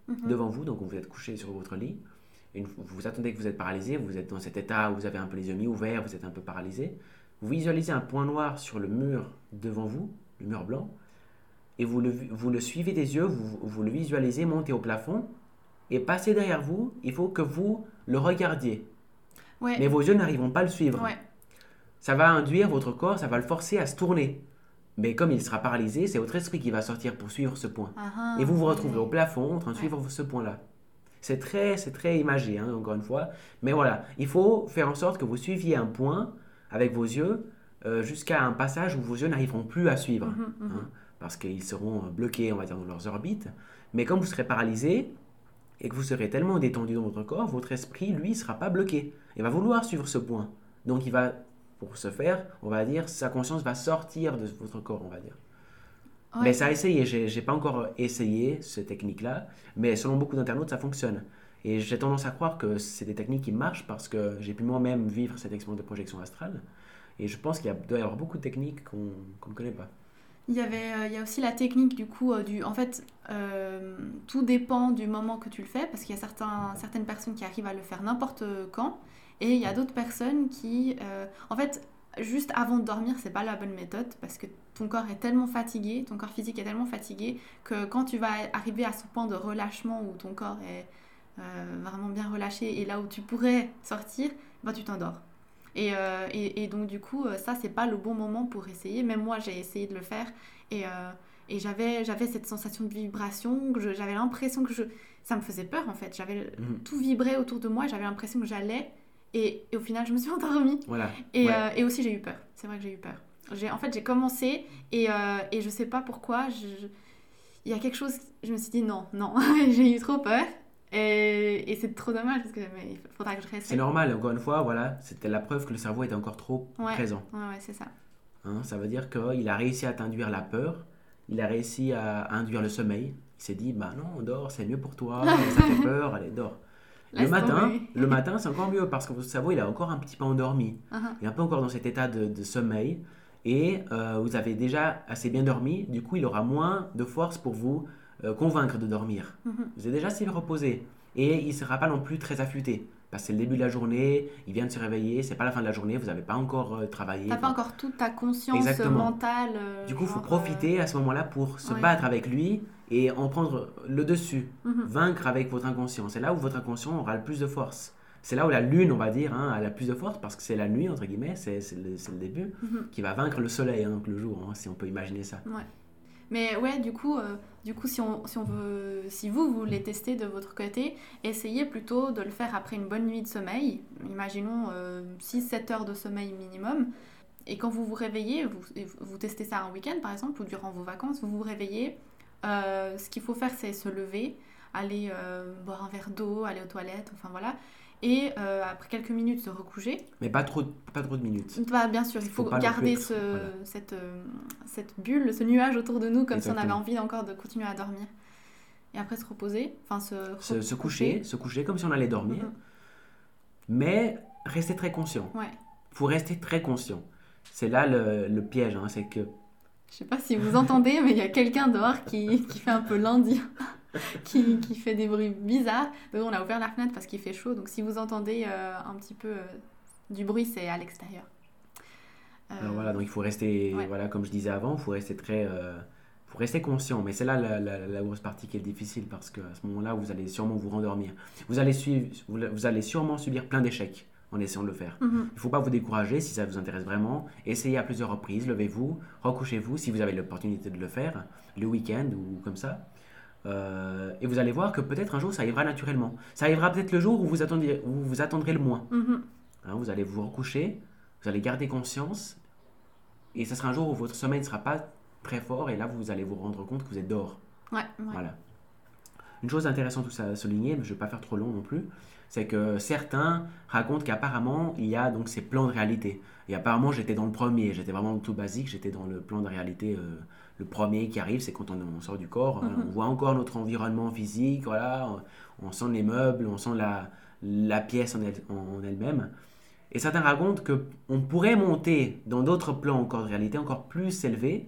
Mhm. devant vous, donc vous êtes couché sur votre lit, et vous, vous attendez que vous êtes paralysé, vous êtes dans cet état où vous avez un peu les yeux mi-ouverts, vous êtes un peu paralysé. Vous visualisez un point noir sur le mur devant vous, le mur blanc, et vous le, vous le suivez des yeux, vous, vous le visualisez monter au plafond, et passer derrière vous, il faut que vous le regardiez. Ouais. Mais vos yeux n'arriveront pas à le suivre. Ouais. Ça va induire votre corps, ça va le forcer à se tourner. Mais comme il sera paralysé, c'est votre esprit qui va sortir pour suivre ce point. Ah, Et vous vous ouais. retrouvez au plafond en train de Ouais. suivre ce point-là. C'est très, c'est très imagé, hein, encore une fois. Mais voilà, il faut faire en sorte que vous suiviez un point avec vos yeux euh, jusqu'à un passage où vos yeux n'arriveront plus à suivre. Mhm, mhm. hein, parce qu'ils seront bloqués, on va dire, dans leurs orbites. Mais comme vous serez paralysé et que vous serez tellement détendu dans votre corps, votre esprit, lui, ne sera pas bloqué. Il va vouloir suivre ce point. Donc il va, pour ce faire, on va dire, sa conscience va sortir de votre corps, on va dire. Ouais. Mais ça a essayé, j'ai, j'ai pas encore essayé cette technique-là, mais selon beaucoup d'internautes, ça fonctionne. Et j'ai tendance à croire que c'est des techniques qui marchent parce que j'ai pu moi-même vivre cette expérience de projection astrale. Et je pense qu'il y a, doit y avoir beaucoup de techniques qu'on qu'on ne connaît pas. Il y avait, euh, il y a aussi la technique du coup euh, du. En fait, euh, tout dépend du moment que tu le fais parce qu'il y a certains, certaines personnes qui arrivent à le faire n'importe quand et il y a d'autres personnes qui, euh, en fait, juste avant de dormir, c'est pas la bonne méthode parce que ton corps est tellement fatigué, ton corps physique est tellement fatigué que quand tu vas arriver à ce point de relâchement où ton corps est euh, vraiment bien relâché et là où tu pourrais sortir, ben tu t'endors. Et, euh, et, et donc du coup, euh, ça, c'est pas le bon moment pour essayer. Même moi, j'ai essayé de le faire et, euh, et j'avais, j'avais cette sensation de vibration, que je- j'avais l'impression que je... Ça me faisait peur en fait. J'avais Mhm. tout vibré autour de moi, j'avais l'impression que j'allais et, et au final, je me suis endormie. Voilà. Et, Ouais. euh, et aussi, j'ai eu peur. C'est vrai que j'ai eu peur. J'ai, en fait, j'ai commencé et, euh, et je sais pas pourquoi. je- je- Il y a quelque chose, je me suis dit non, non. J'ai eu trop peur. Et, et c'est trop dommage parce que mais il faudra que je reste. C'est normal, encore une fois, voilà, c'était la preuve que le cerveau était encore trop Ouais. présent. Ouais, ouais, c'est ça. Hein, ça veut dire qu'il a réussi à t'induire la peur, il a réussi à induire le sommeil. Il s'est dit, bah non, dors, c'est mieux pour toi, ça fait peur, allez, dors. Le Laisse matin, tomber. le matin, c'est encore mieux parce que votre cerveau, il est encore un petit peu endormi. Uh-huh. Il est un peu encore dans cet état de, de sommeil et euh, vous avez déjà assez bien dormi. Du coup, il aura moins de force pour vous euh, convaincre de dormir. Mhm. Vous êtes déjà assez reposé et il ne sera pas non plus très affûté. Parce que c'est le début de la journée, il vient de se réveiller, c'est pas la fin de la journée, vous n'avez pas encore euh, travaillé. T'as pas Enfin, encore toute ta conscience Exactement. mentale. euh, Du coup, il faut genre, profiter à ce moment-là pour se ouais. battre avec lui et en prendre le dessus, euh, mhm. vaincre avec votre inconscient. C'est là où votre inconscient aura le plus de force. C'est là où la lune, on va dire, hein, a la plus de force parce que c'est la nuit, entre guillemets, c'est, c'est, le, c'est le début, Mhm. qui va vaincre le soleil, hein, donc le jour, hein, si on peut imaginer ça. Ouais. Mais ouais, du coup, euh, du coup si, on, si, on veut, si vous voulez tester de votre côté, essayez plutôt de le faire après une bonne nuit de sommeil. Imaginons euh, six sept heures de sommeil minimum. Et quand vous vous réveillez, vous, vous testez ça un week-end par exemple, ou durant vos vacances, vous vous réveillez. Euh, ce qu'il faut faire, c'est se lever, aller euh, boire un verre d'eau, aller aux toilettes, enfin voilà. Et euh, après quelques minutes, se recoucher. Mais pas trop, pas trop de minutes. Bah, bien sûr, il faut, Faut pas non garder plus être- ce, voilà. cette, euh, cette bulle, ce nuage autour de nous, comme si on avait Exactement. envie encore de continuer à dormir. Et après se reposer, enfin se, Se, se recoucher. coucher, se coucher comme si on allait dormir, Mhm. mais rester très conscient. Ouais. Il faut rester très conscient. C'est là le, le piège, hein, c'est que Je sais pas si vous entendez, mais il y a quelqu'un dehors qui, qui fait un peu l'indien, qui, qui fait des bruits bizarres. Donc on a ouvert la fenêtre parce qu'il fait chaud, donc si vous entendez euh, un petit peu euh, du bruit, c'est à l'extérieur. Euh, Alors voilà, donc il faut rester, ouais. voilà, comme je disais avant, il faut rester très, euh, faut rester conscient. Mais c'est là la, la- la grosse partie qui est difficile parce qu'à ce moment-là, vous allez sûrement vous rendormir. Vous allez suivre, vous, vous allez sûrement subir plein d'échecs en essayant de le faire. mhm. Il ne faut pas vous décourager si ça vous intéresse vraiment. Essayez à plusieurs reprises, levez-vous, recouchez-vous si vous avez l'opportunité de le faire, le week-end ou comme ça. Euh, et vous allez voir que peut-être un jour ça arrivera naturellement. Ça arrivera peut-être le jour où vous, attendiez, où vous attendrez le moins. Mhm. Hein, vous allez vous recoucher, vous allez garder conscience, et ça sera un jour où votre sommeil ne sera pas très fort, et là vous allez vous rendre compte que vous êtes dehors. Ouais, ouais. Voilà. Une chose intéressante à souligner, mais je ne vais pas faire trop long non plus, c'est que certains racontent qu'apparemment il y a donc ces plans de réalité. Et apparemment j'étais dans le premier, j'étais vraiment tout basique, j'étais dans le plan de réalité. Euh, le premier qui arrive, c'est quand on, on sort du corps, hein, Mhm. on voit encore notre environnement physique, voilà, on, on sent les meubles, on sent la, la pièce en, elle- en elle-même. Et certains racontent qu'on pourrait monter dans d'autres plans encore de réalité, encore plus élevés,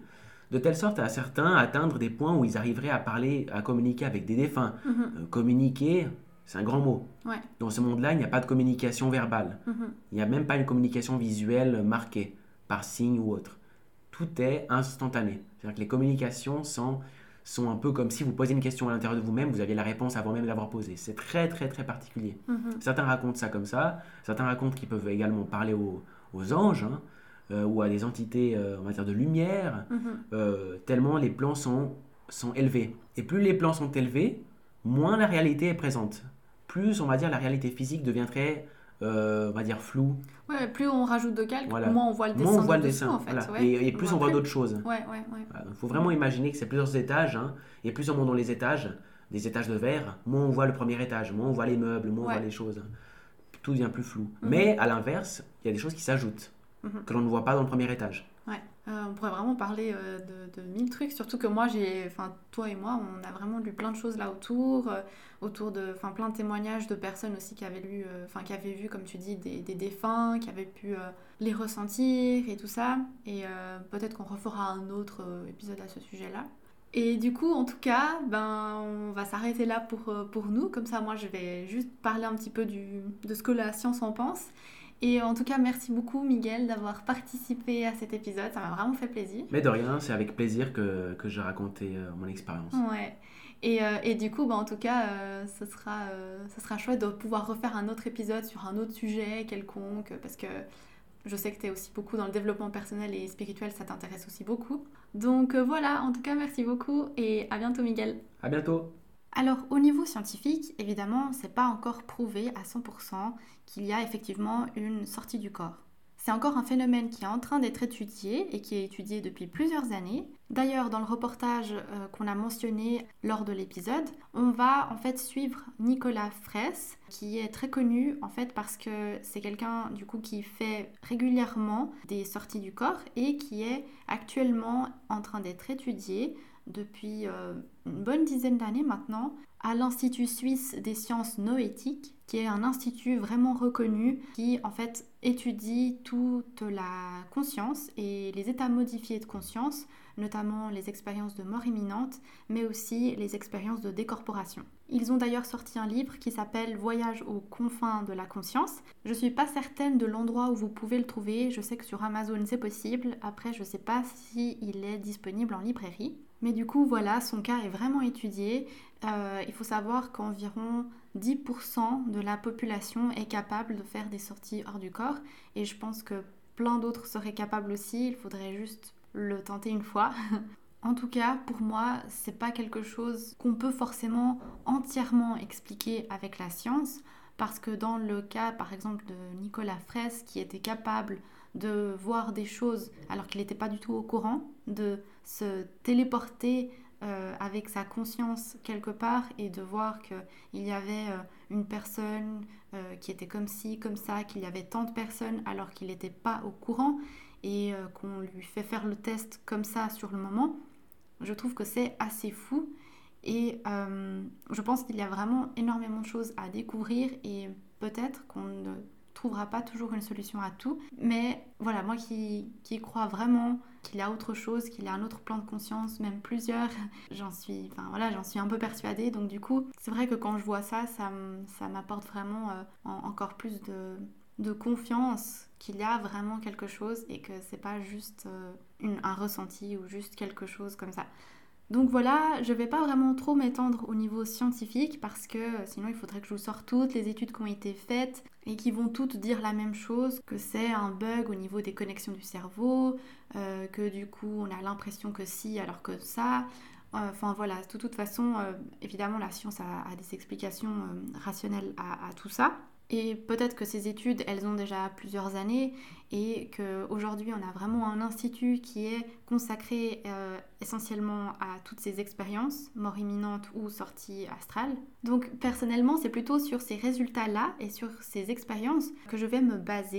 de telle sorte à certains atteindre des points où ils arriveraient à parler, à communiquer avec des défunts. Mhm. Euh, communiquer, c'est un grand mot. Ouais. Dans ce monde-là, il n'y a pas de communication verbale. Mhm. Il n'y a même pas une communication visuelle marquée par signe ou autre. Tout est instantané. C'est-à-dire que les communications sont, sont un peu comme si vous posiez une question à l'intérieur de vous-même, vous aviez la réponse avant même de l'avoir posée. C'est très très très particulier. Mhm. Certains racontent ça comme ça, certains racontent qu'ils peuvent également parler aux, aux anges, hein, euh, ou à des entités, euh, on va dire, de lumière, Mhm. euh, tellement les plans sont, sont élevés. Et plus les plans sont élevés, moins la réalité est présente. Plus, on va dire, la réalité physique devient très, euh, on va dire, floue. Ouais, plus on rajoute de calques, Voilà. moins on voit le dessin. Moins on voit de le dessous, dessin, en fait. voilà. Ouais. et, et plus on voit plus. d'autres choses. Ouais, ouais, ouais. Il faut vraiment imaginer que c'est plusieurs étages, hein, et plus on monte dans les étages, des étages de verre, moins on voit le premier étage, moins on voit les meubles, moins Ouais. on voit les choses. Tout devient plus flou. Mhm. Mais à l'inverse, il y a des choses qui s'ajoutent, Mhm. que l'on ne voit pas dans le premier étage. Ouais, euh, on pourrait vraiment parler euh, de, de mille trucs, surtout que moi, j'ai, enfin, toi et moi, on a vraiment lu plein de choses là autour, euh, autour de, enfin, plein de témoignages de personnes aussi qui avaient lu, euh, enfin, qui avaient vu, comme tu dis, des, des défunts, qui avaient pu euh, les ressentir et tout ça. Et euh, peut-être qu'on refera un autre euh, épisode à ce sujet-là. Et du coup, en tout cas, ben, on va s'arrêter là pour, euh, pour nous. Comme ça, moi, je vais juste parler un petit peu du, de ce que la science en pense. Et en tout cas, merci beaucoup Miguel d'avoir participé à cet épisode, ça m'a vraiment fait plaisir. Mais de rien, c'est avec plaisir que, que j'ai raconté euh, mon expérience. Ouais. Et, euh, et du coup, bah, en tout cas, euh, ce sera, euh, ce sera chouette de pouvoir refaire un autre épisode sur un autre sujet quelconque, parce que je sais que tu es aussi beaucoup dans le développement personnel et spirituel, ça t'intéresse aussi beaucoup. Donc euh, voilà, en tout cas, merci beaucoup et à bientôt Miguel. À bientôt. Alors au niveau scientifique, évidemment, c'est pas encore prouvé à cent pour cent qu'il y a effectivement une sortie du corps. C'est encore un phénomène qui est en train d'être étudié et qui est étudié depuis plusieurs années. D'ailleurs, dans le reportage euh, qu'on a mentionné lors de l'épisode, on va en fait suivre Nicolas Fraisse, qui est très connu en fait parce que c'est quelqu'un du coup qui fait régulièrement des sorties du corps et qui est actuellement en train d'être étudié depuis euh, une bonne dizaine d'années maintenant à l'Institut suisse des sciences noétiques, qui est un institut vraiment reconnu qui en fait étudie toute la conscience et les états modifiés de conscience, notamment les expériences de mort imminente, mais aussi les expériences de décorporation. Ils ont d'ailleurs sorti un livre qui s'appelle Voyage aux confins de la conscience. Je ne suis pas certaine de l'endroit où vous pouvez le trouver, je sais que sur Amazon c'est possible, après je ne sais pas s'il est disponible en librairie. Mais du coup, voilà, son cas est vraiment étudié. Euh, il faut savoir qu'environ dix pour cent de la population est capable de faire des sorties hors du corps. Et je pense que plein d'autres seraient capables aussi. Il faudrait juste le tenter une fois. En tout cas, pour moi, c'est pas quelque chose qu'on peut forcément entièrement expliquer avec la science. Parce que dans le cas, par exemple, de Nicolas Fraisse, qui était capable de voir des choses alors qu'il n'était pas du tout au courant, de se téléporter euh, avec sa conscience quelque part et de voir qu'il y avait euh, une personne euh, qui était comme ci, comme ça, qu'il y avait tant de personnes alors qu'il n'était pas au courant et euh, qu'on lui fait faire le test comme ça sur le moment, je trouve que c'est assez fou. Et euh, je pense qu'il y a vraiment énormément de choses à découvrir et peut-être qu'on ne trouvera pas toujours une solution à tout. Mais voilà, moi qui, qui crois vraiment qu'il y a autre chose, qu'il y a un autre plan de conscience, même plusieurs, j'en suis, enfin, voilà, j'en suis un peu persuadée. Donc du coup, c'est vrai que quand je vois ça, ça, ça m'apporte vraiment euh, en, encore plus de, de confiance qu'il y a vraiment quelque chose et que c'est pas juste euh, une, un ressenti ou juste quelque chose comme ça. Donc voilà, je vais pas vraiment trop m'étendre au niveau scientifique parce que sinon il faudrait que je vous sorte toutes les études qui ont été faites et qui vont toutes dire la même chose, que c'est un bug au niveau des connexions du cerveau, euh, que du coup on a l'impression que si alors que ça. Enfin voilà, de toute façon, euh, évidemment la science a, a des explications euh, rationnelles à, à tout ça. Et peut-être que ces études, elles ont déjà plusieurs années et qu'aujourd'hui, on a vraiment un institut qui est consacré euh, essentiellement à toutes ces expériences, mort imminente ou sortie astrale. Donc personnellement, c'est plutôt sur ces résultats-là et sur ces expériences que je vais me baser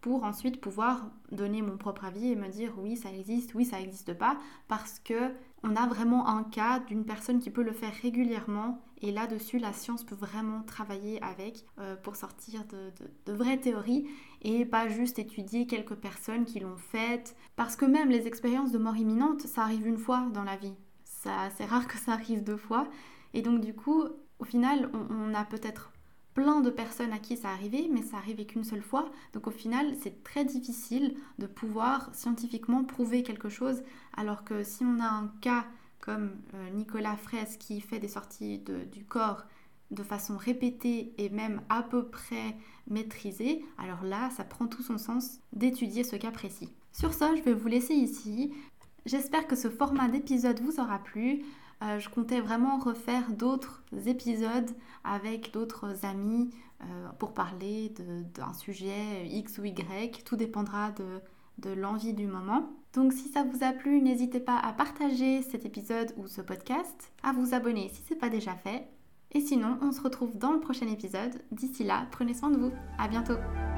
pour ensuite pouvoir donner mon propre avis et me dire oui ça existe, oui ça n'existe pas, parce que on a vraiment un cas d'une personne qui peut le faire régulièrement et là-dessus la science peut vraiment travailler avec euh, pour sortir de, de, de vraies théories et pas juste étudier quelques personnes qui l'ont fait, parce que même les expériences de mort imminente ça arrive une fois dans la vie, ça, c'est rare que ça arrive deux fois et donc du coup au final on, on a peut-être plein de personnes à qui ça arrivait, mais ça arrivait qu'une seule fois. Donc au final, c'est très difficile de pouvoir scientifiquement prouver quelque chose, alors que si on a un cas comme euh, Nicolas Fraisse qui fait des sorties de, du corps de façon répétée et même à peu près maîtrisée, alors là, ça prend tout son sens d'étudier ce cas précis. Sur ça, je vais vous laisser ici. J'espère que ce format d'épisode vous aura plu. Euh, je comptais vraiment refaire d'autres épisodes avec d'autres amis euh, pour parler de, d'un sujet X ou Y. Tout dépendra de, de l'envie du moment. Donc si ça vous a plu, n'hésitez pas à partager cet épisode ou ce podcast, à vous abonner si ce n'est pas déjà fait. Et sinon, on se retrouve dans le prochain épisode. D'ici là, prenez soin de vous. À bientôt.